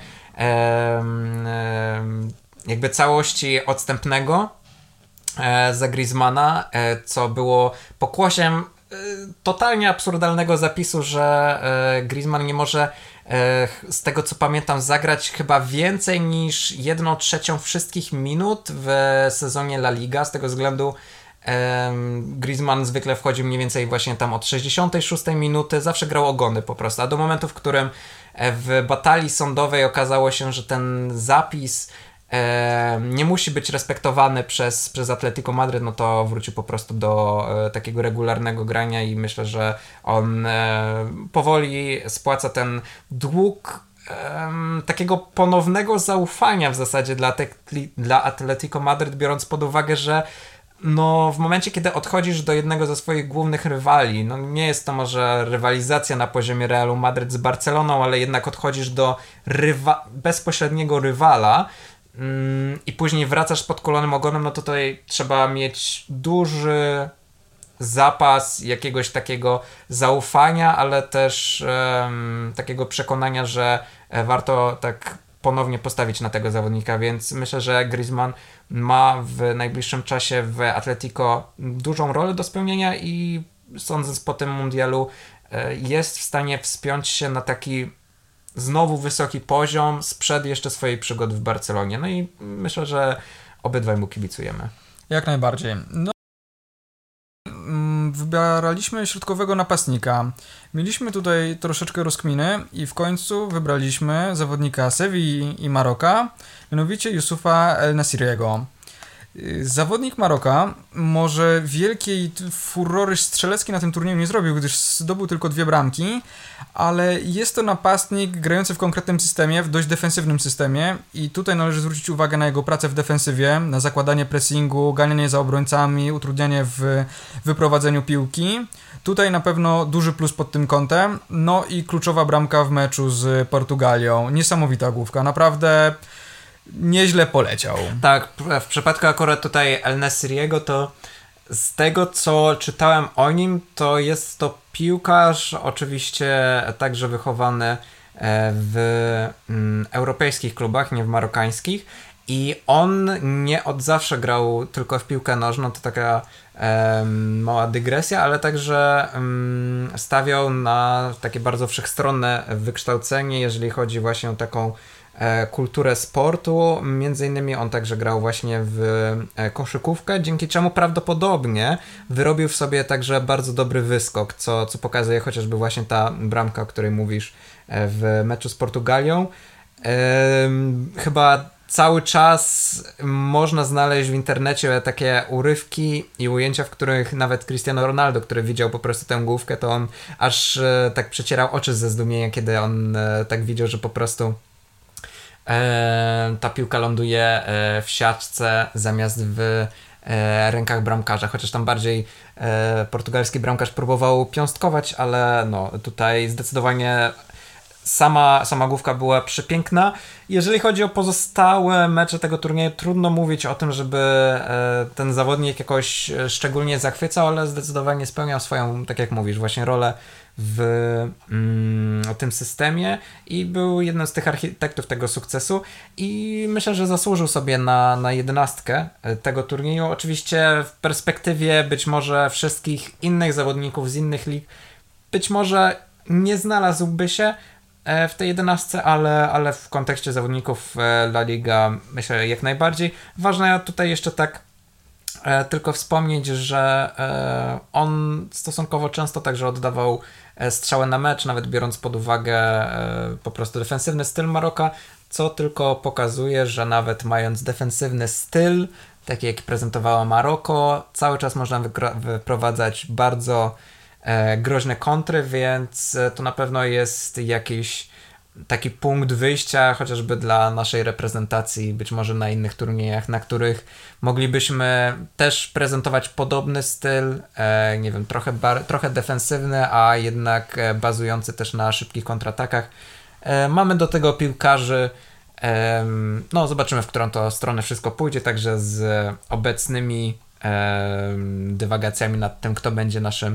jakby całości odstępnego za Griezmana, co było pokłosiem totalnie absurdalnego zapisu, że Griezmann nie może z tego co pamiętam zagrać chyba więcej niż 1/3 wszystkich minut w sezonie La Liga, z tego względu Griezmann zwykle wchodził mniej więcej właśnie tam od 66 minuty, zawsze grał ogony po prostu, a do momentu, w którym w batalii sądowej okazało się, że ten zapis nie musi być respektowany przez Atletico Madryt, no to wrócił po prostu do takiego regularnego grania i myślę, że on powoli spłaca ten dług takiego ponownego zaufania w zasadzie dla Atletico Madryt, biorąc pod uwagę, że no w momencie, kiedy odchodzisz do jednego ze swoich głównych rywali, no nie jest to może rywalizacja na poziomie Realu Madryt z Barceloną, ale jednak odchodzisz do bezpośredniego rywala, i później wracasz z podkulonym ogonem, no to tutaj trzeba mieć duży zapas jakiegoś takiego zaufania, ale też takiego przekonania, że warto tak ponownie postawić na tego zawodnika, więc myślę, że Griezmann ma w najbliższym czasie w Atletico dużą rolę do spełnienia i sądząc po tym mundialu jest w stanie wspiąć się na taki znowu wysoki poziom sprzed jeszcze swojej przygody w Barcelonie. No i myślę, że obydwaj mu kibicujemy. Jak najbardziej. No, wybieraliśmy środkowego napastnika. Mieliśmy tutaj troszeczkę rozkminy i w końcu wybraliśmy zawodnika Sewilli i Maroka, mianowicie Youssoufa El Nesyriego. Zawodnik Maroka może wielkiej furory strzeleckiej na tym turnieju nie zrobił, gdyż zdobył tylko 2 bramki, ale jest to napastnik grający w konkretnym systemie, w dość defensywnym systemie i tutaj należy zwrócić uwagę na jego pracę w defensywie, na zakładanie pressingu, ganianie za obrońcami, utrudnianie w wyprowadzeniu piłki. Tutaj na pewno duży plus pod tym kątem, no i kluczowa bramka w meczu z Portugalią. Niesamowita główka, naprawdę nieźle poleciał. Tak, w przypadku akurat tutaj El Nesyriego to z tego, co czytałem o nim, to jest to piłkarz oczywiście także wychowany w europejskich klubach, nie w marokańskich i on nie od zawsze grał tylko w piłkę nożną, to taka mała dygresja, ale także stawiał na takie bardzo wszechstronne wykształcenie, jeżeli chodzi właśnie o taką kulturę sportu. Między innymi on także grał właśnie w koszykówkę, dzięki czemu prawdopodobnie wyrobił w sobie także bardzo dobry wyskok, co pokazuje chociażby właśnie ta bramka, o której mówisz w meczu z Portugalią. Chyba cały czas można znaleźć w internecie takie urywki i ujęcia, w których nawet Cristiano Ronaldo, który widział po prostu tę główkę, to on aż tak przecierał oczy ze zdumienia, kiedy on tak widział, że po prostu ta piłka ląduje w siatce zamiast w rękach bramkarza, chociaż tam bardziej portugalski bramkarz próbował piąstkować, ale no tutaj zdecydowanie sama główka była przepiękna. Jeżeli chodzi o pozostałe mecze tego turnieju, trudno mówić o tym, żeby ten zawodnik jakoś szczególnie zachwycał, ale zdecydowanie spełniał swoją, tak jak mówisz, właśnie rolę w tym systemie i był jednym z tych architektów tego sukcesu i myślę, że zasłużył sobie na 11 tego turnieju. Oczywiście w perspektywie być może wszystkich innych zawodników z innych lig być może nie znalazłby się w tej 11, ale w kontekście zawodników La Liga myślę jak najbardziej. Ważne tutaj jeszcze tak tylko wspomnieć, że on stosunkowo często także oddawał strzałę na mecz, nawet biorąc pod uwagę po prostu defensywny styl Maroka, co tylko pokazuje, że nawet mając defensywny styl, taki jaki prezentowała Maroko, cały czas można wyprowadzać bardzo groźne kontry, więc to na pewno jest jakiś taki punkt wyjścia chociażby dla naszej reprezentacji, być może na innych turniejach, na których moglibyśmy też prezentować podobny styl, nie wiem, trochę defensywny, a jednak bazujący też na szybkich kontratakach. Mamy do tego piłkarzy, no zobaczymy, w którą to stronę wszystko pójdzie, także z obecnymi dywagacjami nad tym, kto będzie naszym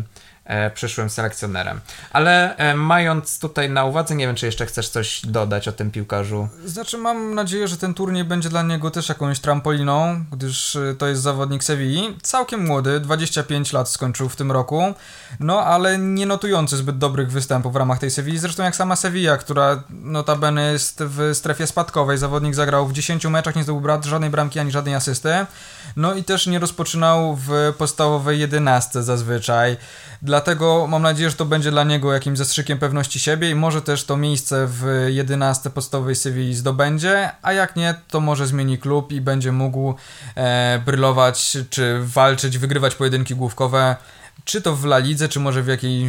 przyszłym selekcjonerem. Ale mając tutaj na uwadze, nie wiem, czy jeszcze chcesz coś dodać o tym piłkarzu. Znaczy mam nadzieję, że ten turniej będzie dla niego też jakąś trampoliną, gdyż to jest zawodnik Sewilli. Całkiem młody, 25 lat skończył w tym roku, no ale nie notujący zbyt dobrych występów w ramach tej Sewilli. Zresztą jak sama Sevilla, która notabene jest w strefie spadkowej. Zawodnik zagrał w 10 meczach, nie zdobył żadnej bramki ani żadnej asysty. No i też nie rozpoczynał w podstawowej 11 zazwyczaj. Dlatego mam nadzieję, że to będzie dla niego jakimś zastrzykiem pewności siebie i może też to miejsce w 11 podstawowej Sewilli zdobędzie, a jak nie, to może zmieni klub i będzie mógł brylować, czy walczyć, wygrywać pojedynki główkowe, czy to w La Lidze, czy może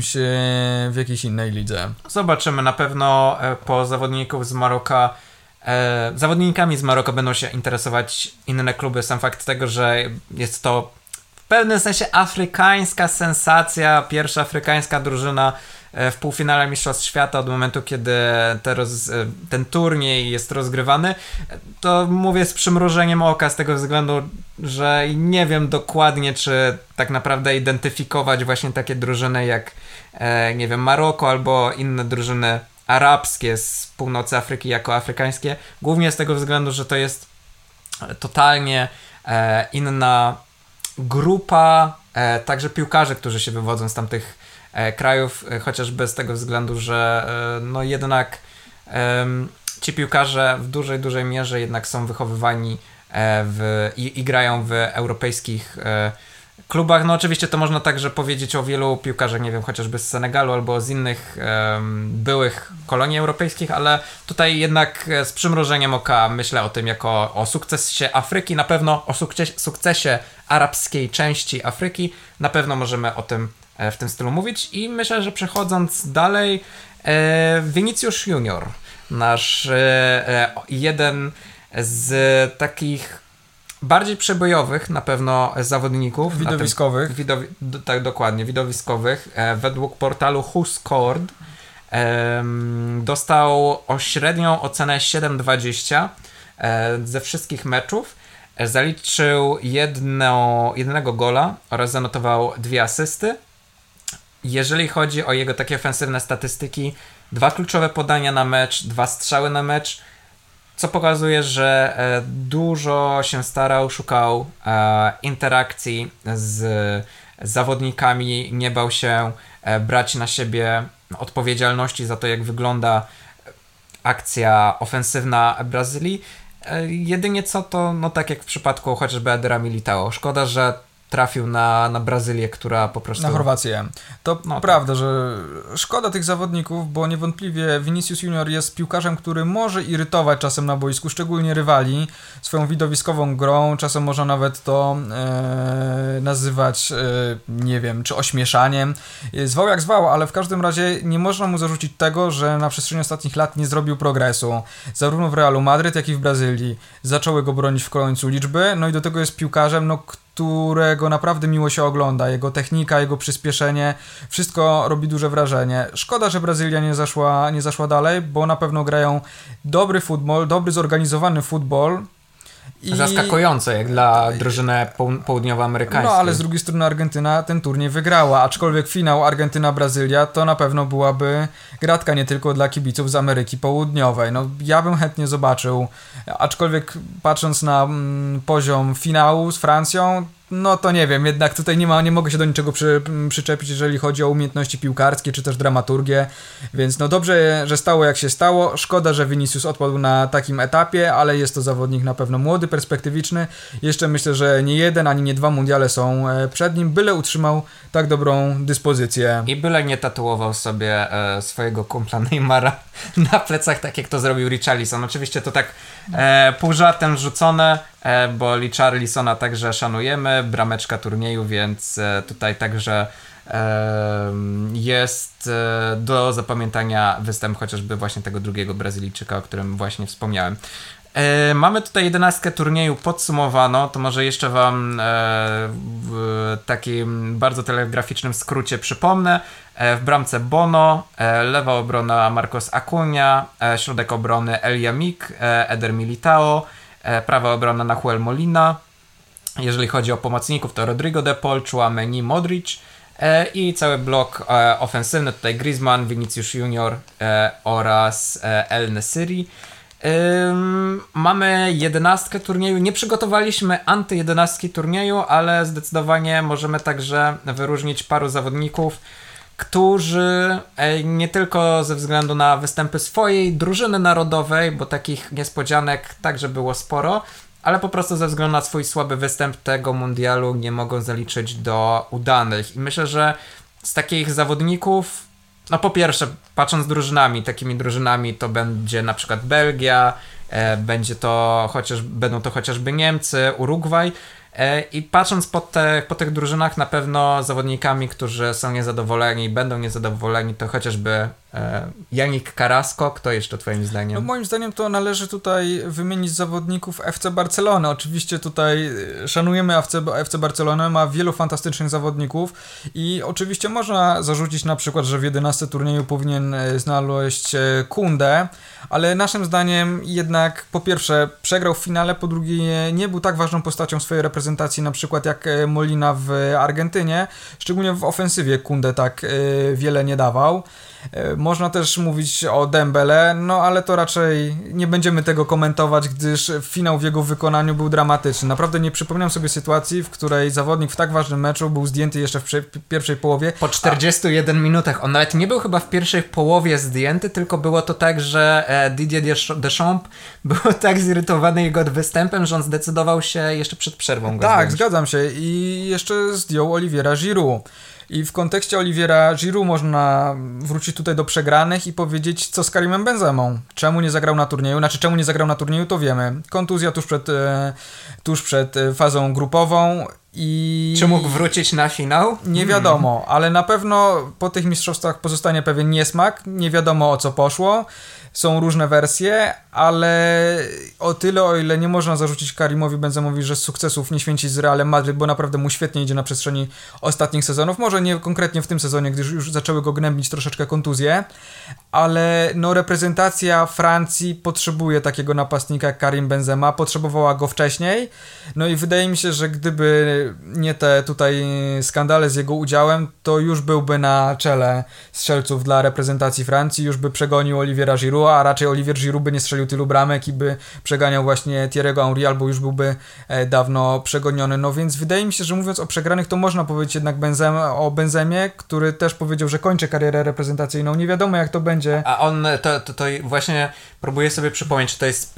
w jakiejś innej lidze. Zobaczymy, na pewno po zawodników z Maroka zawodnikami z Maroka będą się interesować inne kluby. Sam fakt tego, że jest to w pewnym sensie afrykańska sensacja, pierwsza afrykańska drużyna w półfinale Mistrzostw Świata od momentu, kiedy ten turniej jest rozgrywany, to mówię z przymrużeniem oka z tego względu, że nie wiem dokładnie, czy tak naprawdę identyfikować właśnie takie drużyny jak nie wiem, Maroko albo inne drużyny arabskie z północy Afryki jako afrykańskie, głównie z tego względu, że to jest totalnie inna grupa także piłkarzy, którzy się wywodzą z tamtych krajów, chociażby z tego względu, że no jednak ci piłkarze w dużej mierze jednak są wychowywani i grają w europejskich klubach. No oczywiście to można także powiedzieć o wielu piłkarzach, nie wiem, chociażby z Senegalu albo z innych byłych kolonii europejskich, ale tutaj jednak z przymrużeniem oka myślę o tym jako o sukcesie Afryki, na pewno o sukcesie arabskiej części Afryki, na pewno możemy o tym w tym stylu mówić i myślę, że przechodząc dalej, Vinicius Junior, nasz jeden z takich bardziej przebojowych na pewno zawodników. Widowiskowych. Tak, dokładnie, widowiskowych. Według portalu WhoScored dostał średnią ocenę 7,20 ze wszystkich meczów. Zaliczył jednego gola oraz zanotował 2 asysty. Jeżeli chodzi o jego takie ofensywne statystyki, 2 kluczowe podania na mecz, 2 strzały na mecz, co pokazuje, że dużo się starał, szukał interakcji z zawodnikami, nie bał się brać na siebie odpowiedzialności za to, jak wygląda akcja ofensywna Brazylii. Jedynie co to, no tak jak w przypadku chociażby Edera Militao. Szkoda, że trafił na Brazylię, która po prostu... Na Chorwację. To no, prawda, że szkoda tych zawodników, bo niewątpliwie Vinicius Junior jest piłkarzem, który może irytować czasem na boisku, szczególnie rywali, swoją widowiskową grą. Czasem można nawet to nazywać, nie wiem, czy ośmieszaniem. Zwał jak zwał, ale w każdym razie nie można mu zarzucić tego, że na przestrzeni ostatnich lat nie zrobił progresu. Zarówno w Realu Madryt, jak i w Brazylii. Zaczęły go bronić w końcu liczby, no i do tego jest piłkarzem, którego naprawdę miło się ogląda. Jego technika, jego przyspieszenie, wszystko robi duże wrażenie. Szkoda, że Brazylia nie zaszła dalej, bo na pewno grają dobry futbol, dobry zorganizowany futbol. Zaskakujące jak dla drużyny południowoamerykańskiej. No ale z drugiej strony Argentyna ten turniej wygrała, aczkolwiek finał Argentyna-Brazylia to na pewno byłaby gratka nie tylko dla kibiców z Ameryki Południowej. No ja bym chętnie zobaczył, aczkolwiek patrząc na poziom finału z Francją, no to nie wiem, jednak tutaj nie mogę się do niczego przyczepić, jeżeli chodzi o umiejętności piłkarskie, czy też dramaturgię, więc no dobrze, że stało jak się stało. Szkoda, że Vinicius odpadł na takim etapie, ale jest to zawodnik na pewno młody, perspektywiczny. Jeszcze myślę, że nie jeden, ani nie 2 mundiale są przed nim, byle utrzymał tak dobrą dyspozycję. I byle nie tatuował sobie swojego kumpla Neymara na plecach, tak jak to zrobił Richarlison. Oczywiście to tak pół żartem rzucone, bo Richarlisona także szanujemy, brameczka turnieju, więc tutaj także jest do zapamiętania występ chociażby właśnie tego drugiego Brazylijczyka, o którym właśnie wspomniałem. Mamy tutaj 11 turnieju podsumowano, to może jeszcze wam w takim bardzo telegraficznym skrócie przypomnę. W bramce Bono, lewa obrona Marcos Acuna, środek obrony El Yamik, Eder Militao, prawa obrona Nahuel Molina. Jeżeli chodzi o pomocników, to Rodrigo de Paul, Tchouaméni, Modric. I cały blok ofensywny, tutaj Griezmann, Vinicius Junior oraz El Nesiri. Mamy 11 turnieju. Nie przygotowaliśmy anty-11 turnieju, ale zdecydowanie możemy także wyróżnić paru zawodników, którzy nie tylko ze względu na występy swojej drużyny narodowej, bo takich niespodzianek także było sporo, ale po prostu ze względu na swój słaby występ tego mundialu nie mogą zaliczyć do udanych. I myślę, że z takich zawodników, no po pierwsze, patrząc drużynami, takimi drużynami to będzie na przykład Belgia, będą to chociażby Niemcy, Urugwaj. I patrząc po tych drużynach, na pewno zawodnikami, którzy są niezadowoleni, będą niezadowoleni, to chociażby Yannick Carrasco. Kto jeszcze twoim zdaniem? No moim zdaniem to należy tutaj wymienić zawodników FC Barcelony. Oczywiście tutaj szanujemy FC Barcelonę, ma wielu fantastycznych zawodników i oczywiście można zarzucić na przykład, że w 11 turnieju powinien znaleźć Koundé, ale naszym zdaniem jednak po pierwsze przegrał w finale, po drugie nie był tak ważną postacią swojej reprezentacji na przykład jak Molina w Argentynie, szczególnie w ofensywie Koundé tak wiele nie dawał. Można też mówić o Dembele, no ale to raczej nie będziemy tego komentować, gdyż finał w jego wykonaniu był dramatyczny. Naprawdę nie przypominam sobie sytuacji, w której zawodnik w tak ważnym meczu był zdjęty jeszcze w pierwszej połowie. Po 41 minutach. On nawet nie był chyba w pierwszej połowie zdjęty, tylko było to tak, że Didier Deschamps był tak zirytowany jego występem, że on zdecydował się jeszcze przed przerwą go Tak, zdjąć. zgadzam się i jeszcze zdjął Oliviera Giroud. I w kontekście Oliviera Giroud można wrócić tutaj do przegranych i powiedzieć, co z Karimem Benzemą. Czemu nie zagrał na turnieju? Czemu nie zagrał na turnieju, to wiemy. Kontuzja tuż przed fazą grupową i... Czy mógł wrócić na finał? Nie wiadomo, ale na pewno po tych mistrzostwach pozostanie pewien niesmak. Nie wiadomo, o co poszło. Są różne wersje, ale o tyle, o ile nie można zarzucić Karimowi Benzemowi, że z sukcesów nie święci z Realem Madryt, bo naprawdę mu świetnie idzie na przestrzeni ostatnich sezonów. Może nie konkretnie w tym sezonie, gdyż już zaczęły go gnębić troszeczkę kontuzje, ale no reprezentacja Francji potrzebuje takiego napastnika jak Karim Benzema, potrzebowała go wcześniej. No i wydaje mi się, że gdyby nie te tutaj skandale z jego udziałem, to już byłby na czele strzelców dla reprezentacji Francji, już by przegonił Oliviera Giroud, a raczej Olivier Giroud by nie strzelił tylu bramek i by przeganiał właśnie Thierry'ego Henry, albo już byłby dawno przegoniony. No więc wydaje mi się, że mówiąc o przegranych, to można powiedzieć jednak o Benzemie, który też powiedział, że kończy karierę reprezentacyjną. Nie wiadomo, jak to będzie. A on to właśnie próbuję sobie przypomnieć, czy to jest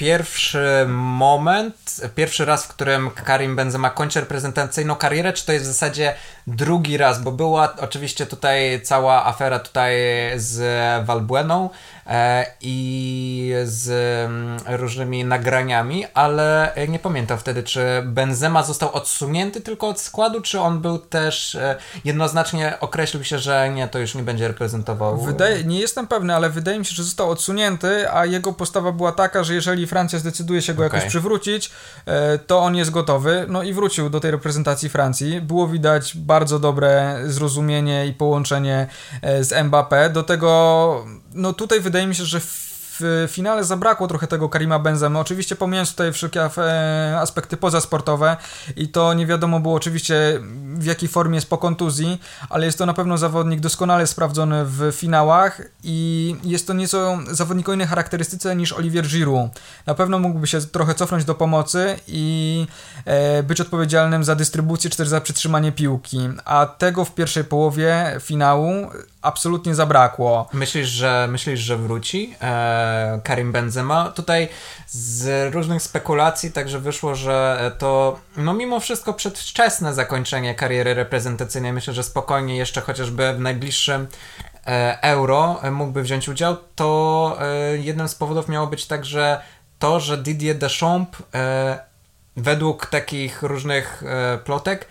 pierwszy raz, w którym Karim Benzema kończy reprezentacyjną karierę, czy to jest w zasadzie drugi raz, bo była oczywiście tutaj cała afera tutaj z Valbueną i z różnymi nagraniami, ale nie pamiętam wtedy, czy Benzema został odsunięty tylko od składu, czy on był też jednoznacznie określił się, że nie, to już nie będzie reprezentował. Nie jestem pewny, ale wydaje mi się, że został odsunięty, a jego postawa była taka, że jeżeli Francja zdecyduje się go jakoś przywrócić, to on jest gotowy. No i wrócił do tej reprezentacji Francji. Było widać bardzo dobre zrozumienie i połączenie z Mbappé. Do tego, no tutaj wydaje mi się, że w finale zabrakło trochę tego Karima Benzemy. Oczywiście pomijając tutaj wszelkie aspekty pozasportowe i to nie wiadomo było oczywiście w jakiej formie jest po kontuzji, ale jest to na pewno zawodnik doskonale sprawdzony w finałach i jest to nieco zawodnik o innej charakterystyce niż Olivier Giroud. Na pewno mógłby się trochę cofnąć do pomocy i być odpowiedzialnym za dystrybucję czy też za przytrzymanie piłki, a tego w pierwszej połowie finału absolutnie zabrakło. Myślisz, że wróci Karim Benzema? Tutaj z różnych spekulacji także wyszło, że to no mimo wszystko przedwczesne zakończenie kariery reprezentacyjnej. Myślę, że spokojnie jeszcze chociażby w najbliższym Euro mógłby wziąć udział. To jednym z powodów miało być także to, że Didier Deschamps według takich różnych plotek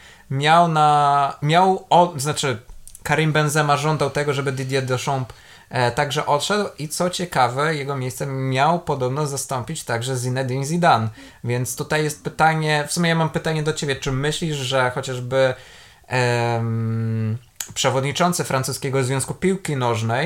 Karim Benzema żądał tego, żeby Didier Deschamps także odszedł i co ciekawe, jego miejsce miał podobno zastąpić także Zinedine Zidane. Więc tutaj jest pytanie, w sumie ja mam pytanie do ciebie, czy myślisz, że chociażby przewodniczący francuskiego Związku Piłki Nożnej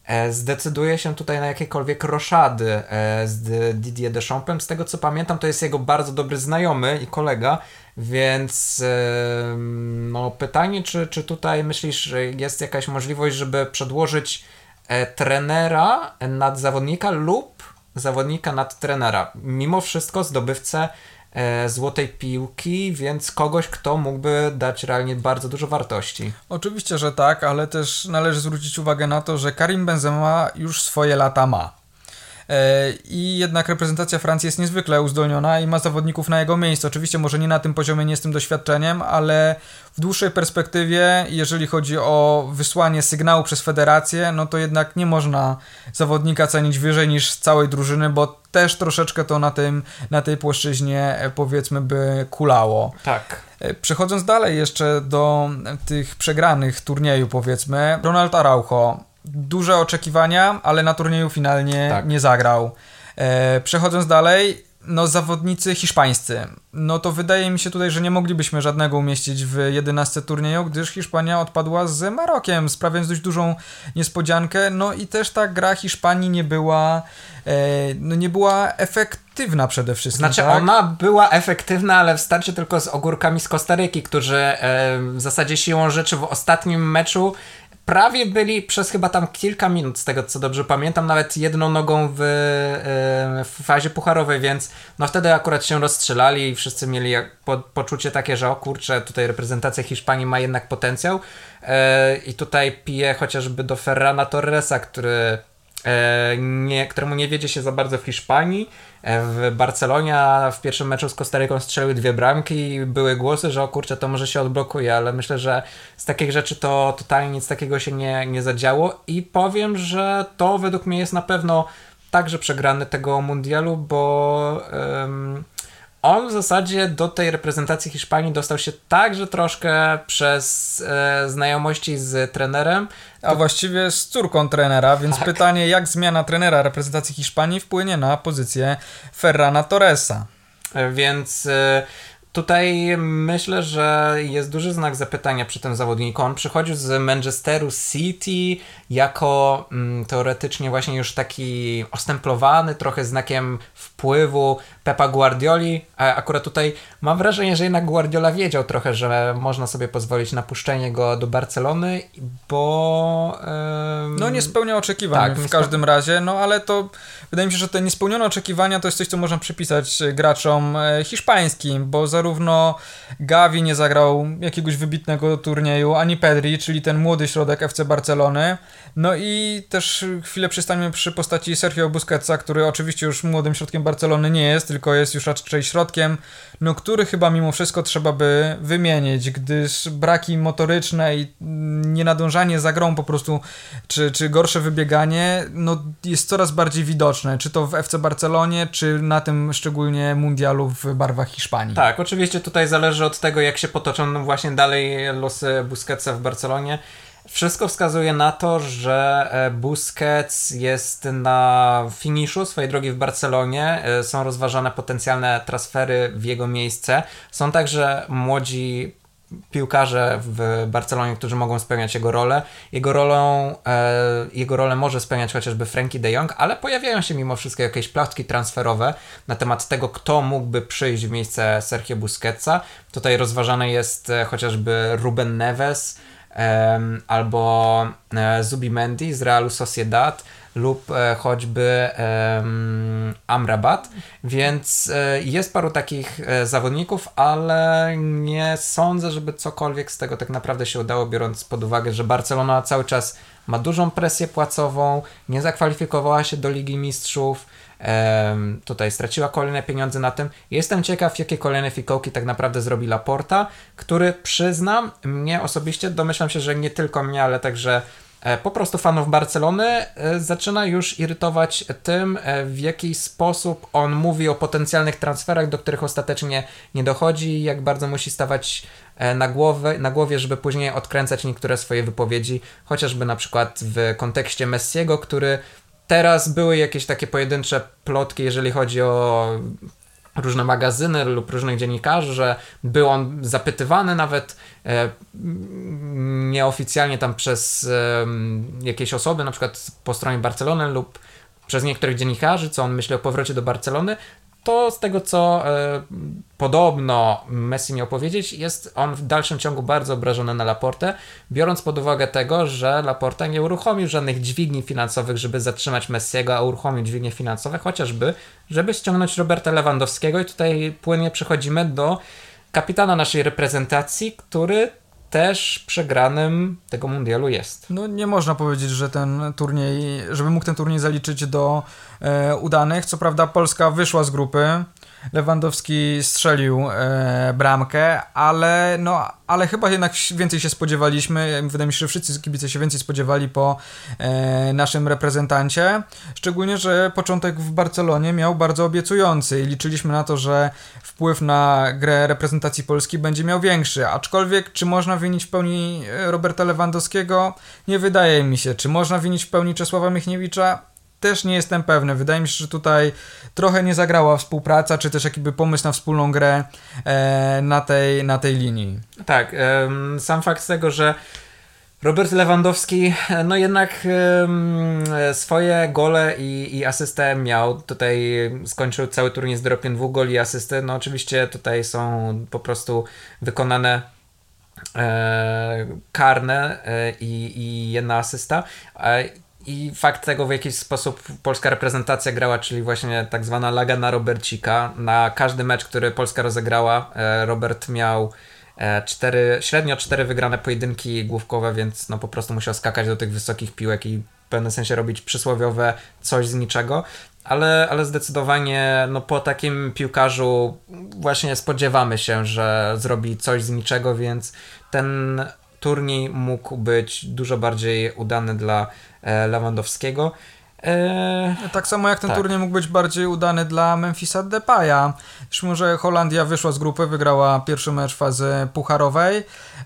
zdecyduje się tutaj na jakiekolwiek roszady z Didier Deschampsem. Z tego co pamiętam, to jest jego bardzo dobry znajomy i kolega, więc no pytanie, czy tutaj myślisz, że jest jakaś możliwość, żeby przedłożyć trenera nad zawodnika lub zawodnika nad trenera. Mimo wszystko zdobywcę złotej piłki, więc kogoś, kto mógłby dać realnie bardzo dużo wartości. Oczywiście, że tak, ale też należy zwrócić uwagę na to, że Karim Benzema już swoje lata ma. I jednak reprezentacja Francji jest niezwykle uzdolniona i ma zawodników na jego miejsce. Oczywiście może nie na tym poziomie, nie z tym doświadczeniem, ale w dłuższej perspektywie, jeżeli chodzi o wysłanie sygnału przez federację, no to jednak nie można zawodnika cenić wyżej niż całej drużyny, bo też troszeczkę to na tej płaszczyźnie powiedzmy by kulało. Tak. Przechodząc dalej jeszcze do tych przegranych turnieju powiedzmy, Ronald Araujo. Duże oczekiwania, ale na turnieju finalnie nie zagrał. Przechodząc dalej, no zawodnicy hiszpańscy. No to wydaje mi się tutaj, że nie moglibyśmy żadnego umieścić w 11 turnieju, gdyż Hiszpania odpadła z Marokiem, sprawiając dość dużą niespodziankę. No i też ta gra Hiszpanii nie była efektywna przede wszystkim. Znaczy tak? ona była efektywna, ale w starcie tylko z ogórkami z Kostaryki, którzy w zasadzie siłą rzeczy w ostatnim meczu prawie byli przez chyba tam kilka minut, z tego co dobrze pamiętam, nawet jedną nogą w fazie pucharowej, więc no wtedy akurat się rozstrzelali i wszyscy mieli poczucie takie, że o kurczę, tutaj reprezentacja Hiszpanii ma jednak potencjał i tutaj piję chociażby do Ferrana Torresa, któremu nie wiedzie się za bardzo w Hiszpanii. W Barcelonie w pierwszym meczu z Kostaryką strzeliły 2 bramki i były głosy, że o kurczę, to może się odblokuje, ale myślę, że z takich rzeczy to totalnie nic takiego się nie zadziało i powiem, że to według mnie jest na pewno także przegrany tego mundialu, bo on w zasadzie do tej reprezentacji Hiszpanii dostał się także troszkę przez znajomości z trenerem. A właściwie z córką trenera, więc tak. Pytanie, jak zmiana trenera reprezentacji Hiszpanii wpłynie na pozycję Ferrana Torresa. Więc tutaj myślę, że jest duży znak zapytania przy tym zawodniku. On przychodził z Manchesteru City jako teoretycznie właśnie już taki ostemplowany trochę znakiem wpływu Pepa Guardioli, a akurat tutaj mam wrażenie, że jednak Guardiola wiedział trochę, że można sobie pozwolić na puszczenie go do Barcelony, bo... No nie spełnia oczekiwań w każdym razie, no ale to wydaje mi się, że te niespełnione oczekiwania to jest coś, co można przypisać graczom hiszpańskim, bo zarówno Gavi nie zagrał jakiegoś wybitnego turnieju, ani Pedri, czyli ten młody środek FC Barcelony, no i też chwilę przystańmy przy postaci Sergio Busquetsa, który oczywiście już młodym środkiem Barcelony nie jest, tylko jest już raczej środkiem, no który chyba mimo wszystko trzeba by wymienić, gdyż braki motoryczne i nienadążanie za grą po prostu, czy gorsze wybieganie, no jest coraz bardziej widoczne, czy to w FC Barcelonie, czy na tym szczególnie mundialu w barwach Hiszpanii. Tak, oczywiście tutaj zależy od tego, jak się potoczą właśnie dalej losy Busquetsa w Barcelonie. Wszystko wskazuje na to, że Busquets jest na finiszu swojej drogi w Barcelonie. Są rozważane potencjalne transfery w jego miejsce. Są także młodzi piłkarze w Barcelonie, którzy mogą spełniać jego rolę. Jego rolę może spełniać chociażby Frenkie de Jong, ale pojawiają się mimo wszystko jakieś plotki transferowe na temat tego, kto mógłby przyjść w miejsce Sergio Busquetsa. Tutaj rozważany jest chociażby Ruben Neves, albo Zubimendi z Realu Sociedad lub choćby Amrabat, więc jest paru takich zawodników, ale nie sądzę, żeby cokolwiek z tego tak naprawdę się udało, biorąc pod uwagę, że Barcelona cały czas ma dużą presję płacową, nie zakwalifikowała się do Ligi Mistrzów, tutaj straciła kolejne pieniądze na tym. Jestem ciekaw, jakie kolejne fikołki tak naprawdę zrobi Laporta, który, przyznam, mnie osobiście, domyślam się, że nie tylko mnie, ale także po prostu fanów Barcelony zaczyna już irytować tym, w jaki sposób on mówi o potencjalnych transferach, do których ostatecznie nie dochodzi, jak bardzo musi stawać na głowie, żeby później odkręcać niektóre swoje wypowiedzi, chociażby na przykład w kontekście Messiego, który teraz były jakieś takie pojedyncze plotki, jeżeli chodzi o różne magazyny lub różnych dziennikarzy, że był on zapytywany nawet nieoficjalnie tam przez jakieś osoby, na przykład po stronie Barcelony lub przez niektórych dziennikarzy, co on myśli o powrocie do Barcelony. To z tego, co podobno Messi miał powiedzieć, jest on w dalszym ciągu bardzo obrażony na Laportę, biorąc pod uwagę tego, że Laporta nie uruchomił żadnych dźwigni finansowych, żeby zatrzymać Messiego, a uruchomił dźwignie finansowe chociażby, żeby ściągnąć Roberta Lewandowskiego i tutaj płynnie przechodzimy do kapitana naszej reprezentacji, który też przegranym tego mundialu jest. No nie można powiedzieć, że ten turniej, żeby mógł ten turniej zaliczyć do udanych. Co prawda Polska wyszła z grupy, Lewandowski strzelił bramkę, ale chyba jednak więcej się spodziewaliśmy. Wydaje mi się, że wszyscy kibice się więcej spodziewali po naszym reprezentancie. Szczególnie, że początek w Barcelonie miał bardzo obiecujący i liczyliśmy na to, że wpływ na grę reprezentacji Polski będzie miał większy. Aczkolwiek, czy można winić w pełni Roberta Lewandowskiego? Nie wydaje mi się. Czy można winić w pełni Czesława Michniewicza? Też nie jestem pewny. Wydaje mi się, że tutaj trochę nie zagrała współpraca, czy też jakiby pomysł na wspólną grę na tej linii. Tak, sam fakt tego, że Robert Lewandowski no jednak swoje gole i asystę miał. Tutaj skończył cały turniej z dorobkiem 2 goli i asysty. No oczywiście tutaj są po prostu wykonane karne i 1 asysta. I fakt tego, w jaki sposób polska reprezentacja grała, czyli właśnie tak zwana laga na Robercika. Na każdy mecz, który Polska rozegrała, Robert miał średnio 4 wygrane pojedynki główkowe, więc no po prostu musiał skakać do tych wysokich piłek i w pewnym sensie robić przysłowiowe coś z niczego. Ale zdecydowanie no po takim piłkarzu właśnie spodziewamy się, że zrobi coś z niczego, więc ten turniej mógł być dużo bardziej udany dla Lewandowskiego. Tak samo jak ten tak. turniej mógł być bardziej udany dla Memphisa Depaya. Mimo że Holandia wyszła z grupy, wygrała pierwszy mecz fazy pucharowej,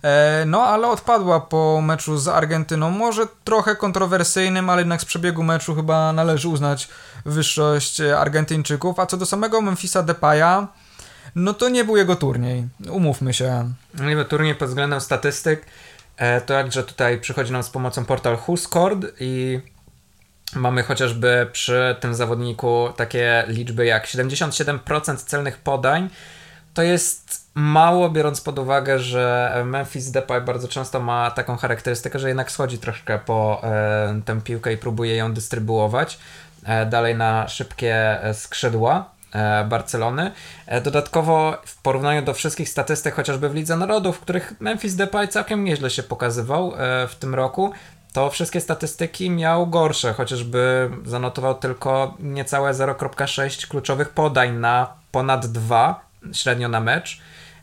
ale odpadła po meczu z Argentyną. Może trochę kontrowersyjnym, ale jednak z przebiegu meczu chyba należy uznać wyższość Argentyńczyków. A co do samego Memphisa Depaya, no to nie był jego turniej. Umówmy się. Nie był turniej pod względem statystyk. To jakże tutaj przychodzi nam z pomocą portal WhoScored i mamy chociażby przy tym zawodniku takie liczby jak 77% celnych podań. To jest mało, biorąc pod uwagę, że Memphis Depay bardzo często ma taką charakterystykę, że jednak schodzi troszkę po tę piłkę i próbuje ją dystrybuować dalej na szybkie skrzydła Barcelony. Dodatkowo w porównaniu do wszystkich statystyk, chociażby w Lidze Narodów, w których Memphis Depay całkiem nieźle się pokazywał w tym roku, to wszystkie statystyki miał gorsze, chociażby zanotował tylko niecałe 0,6 kluczowych podań na ponad 2 średnio na mecz.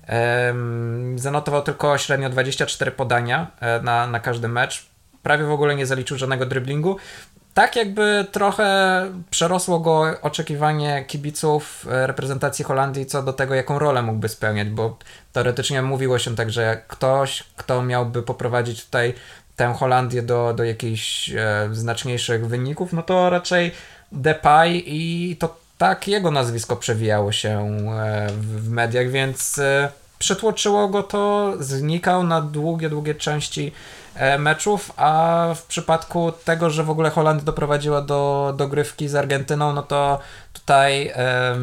Zanotował tylko średnio 24 podania na każdy mecz. Prawie w ogóle nie zaliczył żadnego driblingu. Tak jakby trochę przerosło go oczekiwanie kibiców reprezentacji Holandii co do tego, jaką rolę mógłby spełniać, bo teoretycznie mówiło się tak, że ktoś, kto miałby poprowadzić tutaj tę Holandię do jakichś znaczniejszych wyników, no to raczej Depay i to tak jego nazwisko przewijało się w mediach, więc przytłoczyło go to, znikał na długie części meczów, a w przypadku tego, że w ogóle Holandia doprowadziła do dogrywki z Argentyną, no to tutaj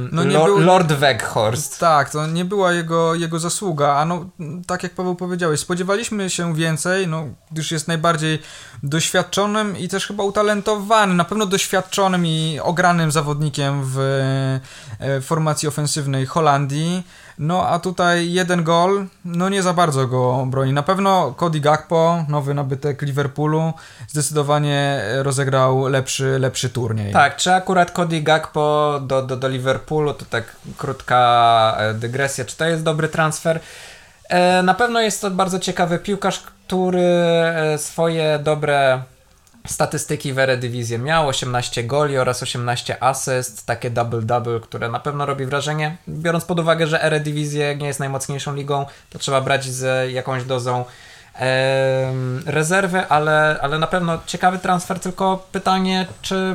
Lord Weghorst. Tak, to nie była jego zasługa, a no tak jak Paweł powiedziałeś, spodziewaliśmy się więcej, no gdyż jest najbardziej doświadczonym i też chyba utalentowanym, na pewno doświadczonym i ogranym zawodnikiem w formacji ofensywnej Holandii. No a tutaj 1 gol, no nie za bardzo go broni. Na pewno Cody Gakpo, nowy nabytek Liverpoolu, zdecydowanie rozegrał lepszy turniej. Tak, czy akurat Cody Gakpo do Liverpoolu, to tak krótka dygresja, czy to jest dobry transfer? Na pewno jest to bardzo ciekawy piłkarz, który swoje dobre statystyki w Eredivisie miał, 18 goli oraz 18 asyst, takie double-double, które na pewno robi wrażenie. Biorąc pod uwagę, że Eredivisie nie jest najmocniejszą ligą, to trzeba brać z jakąś dozą rezerwy, ale na pewno ciekawy transfer, tylko pytanie, czy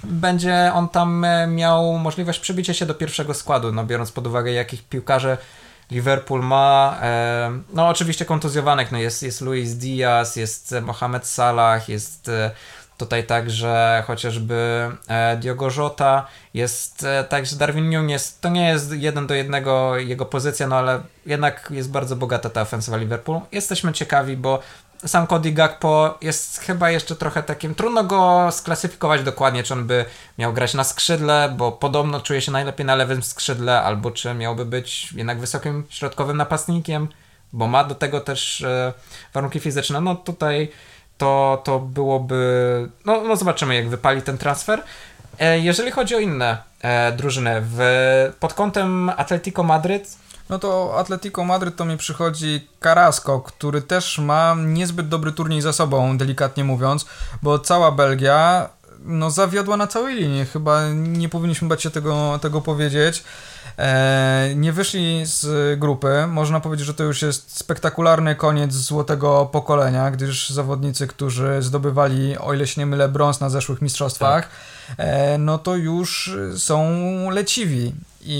będzie on tam miał możliwość przebicia się do pierwszego składu, no biorąc pod uwagę, jakich piłkarzy Liverpool ma. No oczywiście kontuzjowanych, no jest Luis Diaz, jest Mohamed Salah, jest tutaj także chociażby Diogo Jota, jest także Darwin Núñez. To nie jest 1:1 jego pozycja, no ale jednak jest bardzo bogata ta ofensywa Liverpoolu. Jesteśmy ciekawi, bo sam Cody Gakpo jest chyba jeszcze trochę takim, trudno go sklasyfikować dokładnie, czy on by miał grać na skrzydle, bo podobno czuje się najlepiej na lewym skrzydle, albo czy miałby być jednak wysokim środkowym napastnikiem, bo ma do tego też warunki fizyczne. No tutaj to byłoby, no zobaczymy, jak wypali ten transfer. Jeżeli chodzi o inne drużyny, pod kątem Atletico Madryt, no to Atletico Madryt to mi przychodzi Carrasco, który też ma niezbyt dobry turniej za sobą, delikatnie mówiąc, bo cała Belgia no zawiodła na całej linii. Chyba nie powinniśmy bać się tego powiedzieć. Nie wyszli z grupy. Można powiedzieć, że to już jest spektakularny koniec złotego pokolenia, gdyż zawodnicy, którzy zdobywali, o ile się nie mylę, brąz na zeszłych mistrzostwach, no to już są leciwi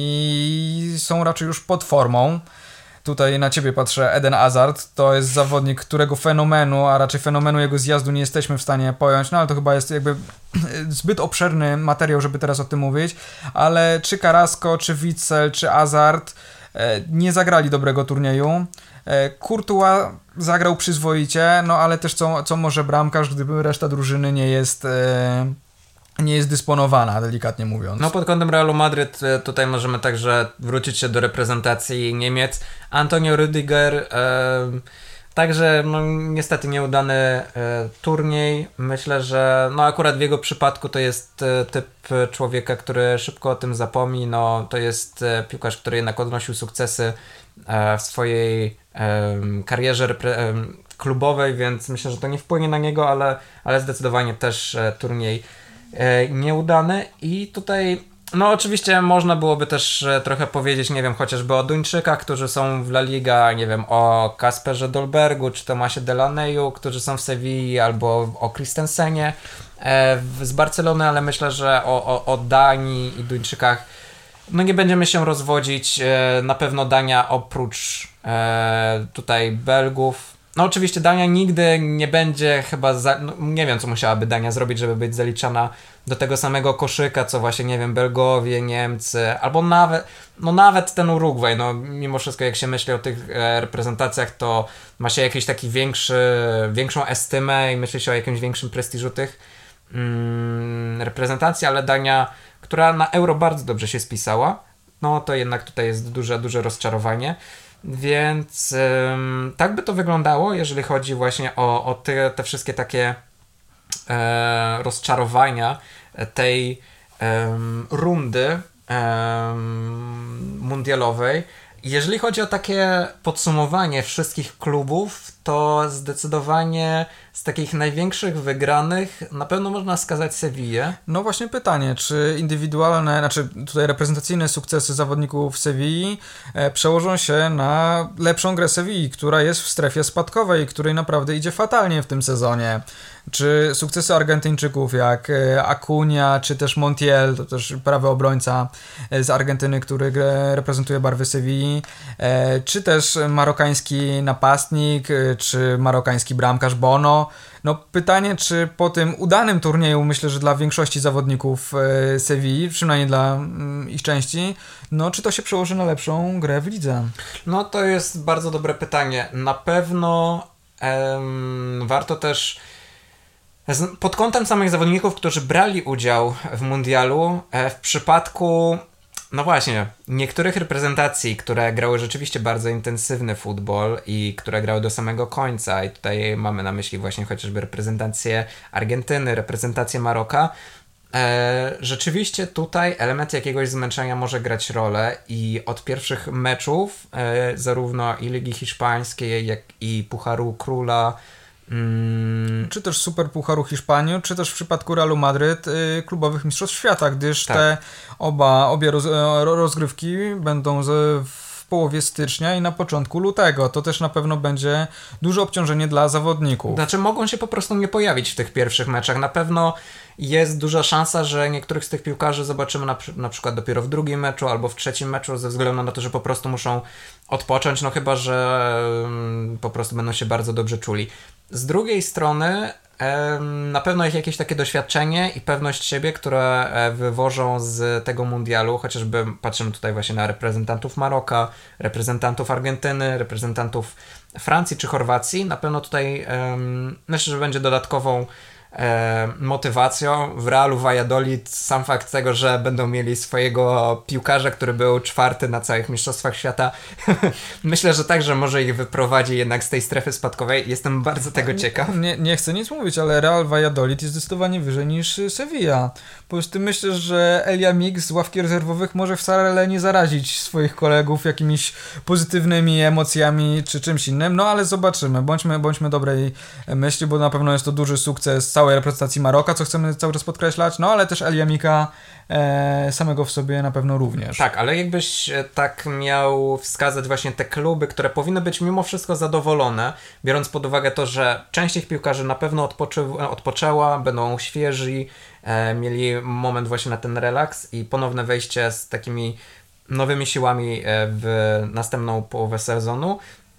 i są raczej już pod formą. Tutaj na ciebie patrzę, Eden Hazard, to jest zawodnik, którego fenomenu, a raczej fenomenu jego zjazdu nie jesteśmy w stanie pojąć, no ale to chyba jest jakby zbyt obszerny materiał, żeby teraz o tym mówić, ale czy Carrasco, czy Witsel, czy Hazard nie zagrali dobrego turnieju. Courtois zagrał przyzwoicie, no ale też co może bramkarz, gdyby reszta drużyny nie jest dysponowana, delikatnie mówiąc. No pod kątem Realu Madryt tutaj możemy także wrócić się do reprezentacji Niemiec. Antonio Rüdiger, także no, niestety nieudany turniej. Myślę, że no akurat w jego przypadku to jest typ człowieka, który szybko o tym zapomni. No, to jest piłkarz, który jednak odnosił sukcesy w swojej karierze klubowej, więc myślę, że to nie wpłynie na niego, ale zdecydowanie też turniej nieudany. I tutaj no oczywiście można byłoby też trochę powiedzieć, nie wiem, chociażby o Duńczykach, którzy są w La Liga, nie wiem, o Kasperze Dolbergu czy Tomasie Delaneyu, którzy są w Sewilli, albo o Christensenie z Barcelony, ale myślę, że o Danii i Duńczykach no nie będziemy się rozwodzić. Na pewno Dania oprócz tutaj Belgów. No oczywiście Dania nigdy nie będzie chyba, no, nie wiem co musiałaby Dania zrobić, żeby być zaliczana do tego samego koszyka, co właśnie, nie wiem, Belgowie, Niemcy, albo nawet ten Urugwaj, no mimo wszystko jak się myśli o tych reprezentacjach, to ma się jakiś taki większą estymę i myśli się o jakimś większym prestiżu tych reprezentacji, ale Dania, która na Euro bardzo dobrze się spisała, no to jednak tutaj jest duże rozczarowanie. Więc tak by to wyglądało, jeżeli chodzi właśnie o te wszystkie takie rozczarowania tej rundy mundialowej. Jeżeli chodzi o takie podsumowanie wszystkich klubów, to zdecydowanie z takich największych wygranych na pewno można wskazać Sewillę. No właśnie pytanie, czy indywidualne, znaczy tutaj reprezentacyjne sukcesy zawodników Sewilli przełożą się na lepszą grę Sewilli, która jest w strefie spadkowej, której naprawdę idzie fatalnie w tym sezonie. Czy sukcesy Argentyńczyków jak Acuna, czy też Montiel, to też prawy obrońca z Argentyny, który reprezentuje barwy Sewilli, czy też marokański napastnik, czy marokański bramkarz Bono. No pytanie, czy po tym udanym turnieju, myślę, że dla większości zawodników Sewilli, przynajmniej dla ich części, no czy to się przełoży na lepszą grę w lidze? No to jest bardzo dobre pytanie. Na pewno warto też pod kątem samych zawodników, którzy brali udział w mundialu, w przypadku no właśnie, niektórych reprezentacji, które grały rzeczywiście bardzo intensywny futbol i które grały do samego końca, i tutaj mamy na myśli właśnie chociażby reprezentację Argentyny, reprezentację Maroka, rzeczywiście tutaj element jakiegoś zmęczenia może grać rolę i od pierwszych meczów zarówno i Ligi Hiszpańskiej, jak i Pucharu Króla, czy też Super Pucharu Hiszpanii, czy też w przypadku Realu Madryt klubowych mistrzostw świata, gdyż tak. te obie rozgrywki będą w połowie stycznia i na początku lutego. To też na pewno będzie duże obciążenie dla zawodników. Znaczy mogą się po prostu nie pojawić w tych pierwszych meczach. Na pewno jest duża szansa, że niektórych z tych piłkarzy zobaczymy na przykład dopiero w drugim meczu albo w trzecim meczu, ze względu na to, że po prostu muszą odpocząć, no chyba, że po prostu będą się bardzo dobrze czuli. Z drugiej strony na pewno ich jakieś takie doświadczenie i pewność siebie, które wywożą z tego mundialu, chociażby patrzymy tutaj właśnie na reprezentantów Maroka, reprezentantów Argentyny, reprezentantów Francji czy Chorwacji. Na pewno tutaj myślę, że będzie dodatkową motywacją. W Realu Valladolid sam fakt tego, że będą mieli swojego piłkarza, który był 4. na całych mistrzostwach świata, myślę, że także może ich wyprowadzi jednak z tej strefy spadkowej. Jestem bardzo tego ciekaw. Nie chcę nic mówić, ale Real Valladolid jest zdecydowanie wyżej niż Sevilla. Po prostu myślę, że Elia Mix z ławki rezerwowych może wcale nie zarazić swoich kolegów jakimiś pozytywnymi emocjami czy czymś innym, no ale zobaczymy. Bądźmy dobrej myśli, bo na pewno jest to duży sukces całej reprezentacji Maroka, co chcemy cały czas podkreślać, no ale też Elia Mika samego w sobie na pewno również. Tak, ale jakbyś tak miał wskazać właśnie te kluby, które powinny być mimo wszystko zadowolone, biorąc pod uwagę to, że część ich piłkarzy na pewno odpoczęła, będą świeżi, mieli moment właśnie na ten relaks i ponowne wejście z takimi nowymi siłami w następną połowę sezonu.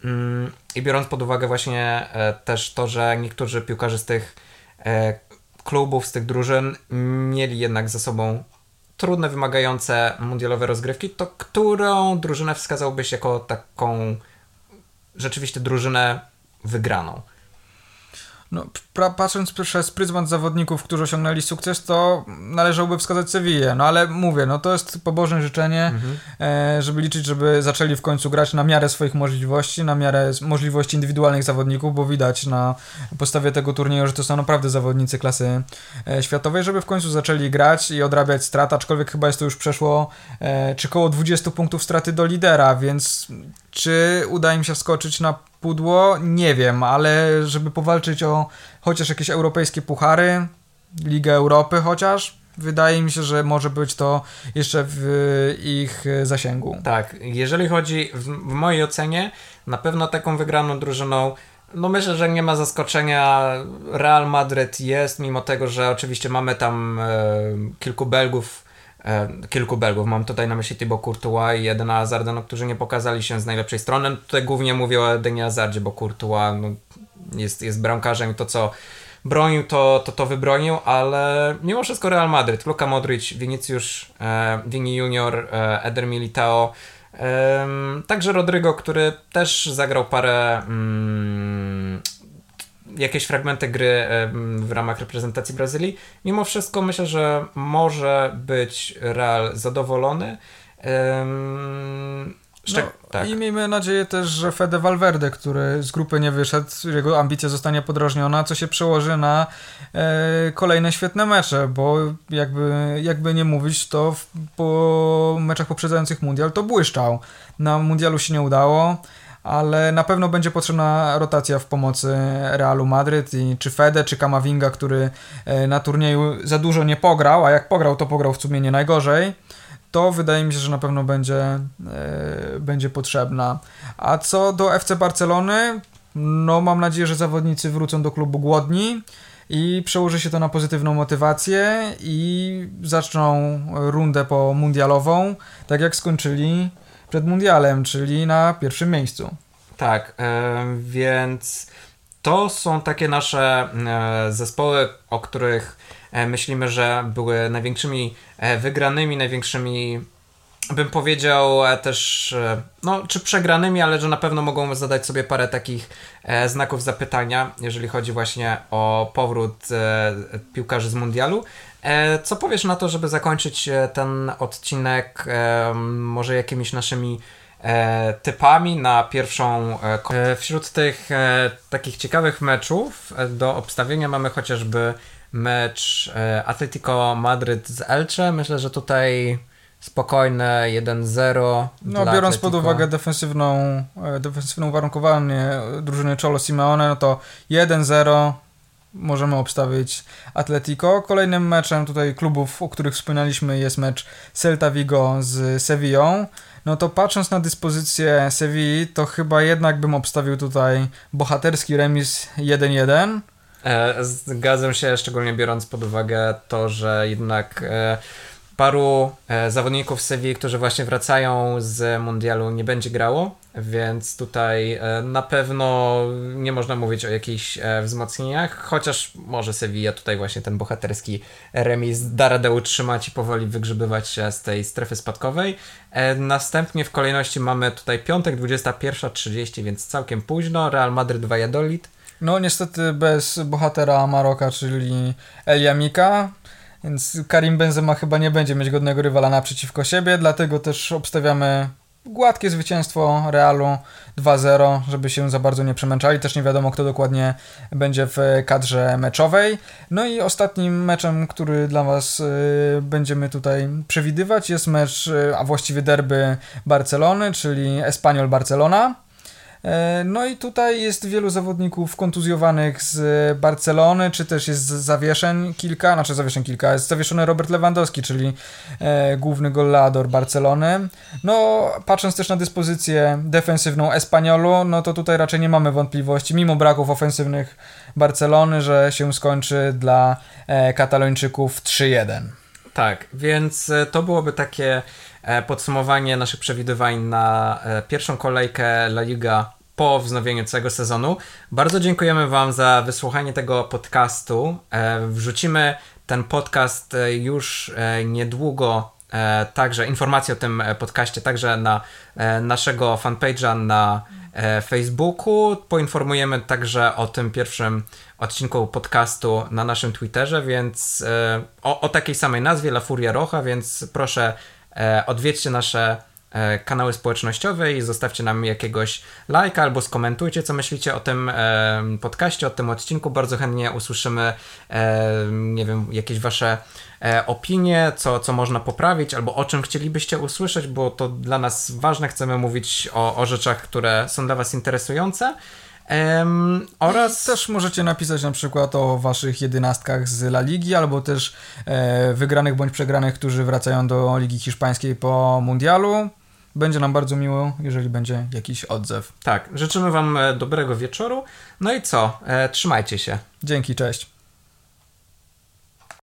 I biorąc pod uwagę właśnie też to, że niektórzy piłkarze z tych klubów, z tych drużyn mieli jednak za sobą trudne, wymagające mundialowe rozgrywki, to którą drużynę wskazałbyś jako taką rzeczywiście drużynę wygraną? No, patrząc przez pryzmat zawodników, którzy osiągnęli sukces, to należałoby wskazać Sevillę, no ale mówię, no to jest pobożne życzenie, żeby liczyć, żeby zaczęli w końcu grać na miarę swoich możliwości, na miarę możliwości indywidualnych zawodników, bo widać na podstawie tego turnieju, że to są naprawdę zawodnicy klasy światowej, żeby w końcu zaczęli grać i odrabiać straty, aczkolwiek chyba jest to już przeszło czy koło 20 punktów straty do lidera, więc czy uda im się wskoczyć na pudło? Nie wiem, ale żeby powalczyć o chociaż jakieś europejskie puchary, Ligę Europy chociaż, wydaje mi się, że może być to jeszcze w ich zasięgu. Tak, jeżeli chodzi w mojej ocenie, na pewno taką wygraną drużyną, no myślę, że nie ma zaskoczenia, Real Madryt jest, mimo tego, że oczywiście mamy tam kilku Belgów, mam tutaj na myśli Thibaut Courtois i Edena Hazarda, no, którzy nie pokazali się z najlepszej strony. Tutaj głównie mówię o Edenie Hazardzie, bo Courtois no, jest bramkarzem i to co bronił, to wybronił, ale mimo wszystko Real Madryt, Luka Modric, Vinicius, Vini Junior, Eder Militao, także Rodrygo, który też zagrał parę jakieś fragmenty gry w ramach reprezentacji Brazylii. Mimo wszystko myślę, że może być Real zadowolony. Tak. I miejmy nadzieję też, że Fede Valverde, który z grupy nie wyszedł, jego ambicja zostanie podrażniona, co się przełoży na kolejne świetne mecze, bo jakby nie mówić, to po meczach poprzedzających mundial to błyszczał. Na mundialu się nie udało, ale na pewno będzie potrzebna rotacja w pomocy Realu Madryt i czy Fede, czy Camavinga, który na turnieju za dużo nie pograł, a jak pograł, to pograł w sumie nie najgorzej, to wydaje mi się, że na pewno będzie potrzebna. A co do FC Barcelony, no mam nadzieję, że zawodnicy wrócą do klubu głodni i przełoży się to na pozytywną motywację i zaczną rundę mundialową, tak jak skończyli przed mundialem, czyli na pierwszym miejscu. Tak, więc to są takie nasze zespoły, o których myślimy, że były największymi wygranymi, największymi, bym powiedział, też, no, czy przegranymi, ale że na pewno mogą zadać sobie parę takich znaków zapytania, jeżeli chodzi właśnie o powrót piłkarzy z mundialu. Co powiesz na to, żeby zakończyć ten odcinek może jakimiś naszymi typami na pierwszą... Wśród tych takich ciekawych meczów do obstawienia mamy chociażby mecz Atletico Madryt z Elche. Myślę, że tutaj spokojne 1-0. No biorąc pod uwagę defensywną uwarunkowanie drużyny Cholo Simeone, no to 1-0 możemy obstawić Atletico. Kolejnym meczem tutaj klubów, o których wspominaliśmy, jest mecz Celta Vigo z Sevillą. No to patrząc na dyspozycję Sevilli, to chyba jednak bym obstawił tutaj bohaterski remis 1-1. Zgadzam się, szczególnie biorąc pod uwagę to, że jednak paru zawodników z Sewilli, którzy właśnie wracają z mundialu, nie będzie grało, więc tutaj na pewno nie można mówić o jakichś wzmocnieniach, chociaż może Sevilla tutaj właśnie ten bohaterski remis da radę utrzymać i powoli wygrzebywać się z tej strefy spadkowej. Następnie w kolejności mamy tutaj piątek 21:30, więc całkiem późno, Real Madrid Valladolid. No niestety bez bohatera Maroka, czyli El Yamika, więc Karim Benzema chyba nie będzie mieć godnego rywala naprzeciwko siebie, dlatego też obstawiamy gładkie zwycięstwo Realu 2-0, żeby się za bardzo nie przemęczali. Też nie wiadomo, kto dokładnie będzie w kadrze meczowej. No i ostatnim meczem, który dla Was będziemy tutaj przewidywać, jest mecz, a właściwie derby Barcelony, czyli Espanyol Barcelona. No i tutaj jest wielu zawodników kontuzjowanych z Barcelony, czy też jest zawieszeń kilka, jest zawieszony Robert Lewandowski, czyli główny goleador Barcelony. No, patrząc też na dyspozycję defensywną Espanyolu, no to tutaj raczej nie mamy wątpliwości, mimo braków ofensywnych Barcelony, że się skończy dla Katalończyków 3-1. Tak, więc to byłoby takie podsumowanie naszych przewidywań na pierwszą kolejkę La Liga po wznowieniu całego sezonu. Bardzo dziękujemy Wam za wysłuchanie tego podcastu. Wrzucimy ten podcast już niedługo, także informacje o tym podcaście także na naszego fanpage'a na Facebooku. Poinformujemy także o tym pierwszym odcinku podcastu na naszym Twitterze, więc o takiej samej nazwie, La Furia Roja, więc proszę odwiedźcie nasze kanały społecznościowe i zostawcie nam jakiegoś lajka albo skomentujcie, co myślicie o tym podcaście, o tym odcinku. Bardzo chętnie usłyszymy nie wiem, jakieś wasze opinie, co można poprawić albo o czym chcielibyście usłyszeć, bo to dla nas ważne. Chcemy mówić o rzeczach, które są dla was interesujące. Oraz i też możecie napisać na przykład o waszych jedenastkach z La Ligi, albo też wygranych bądź przegranych, którzy wracają do Ligi Hiszpańskiej po mundialu. Będzie nam bardzo miło, jeżeli będzie jakiś odzew. Tak, życzymy wam dobrego wieczoru. No i co? Trzymajcie się. Dzięki, cześć.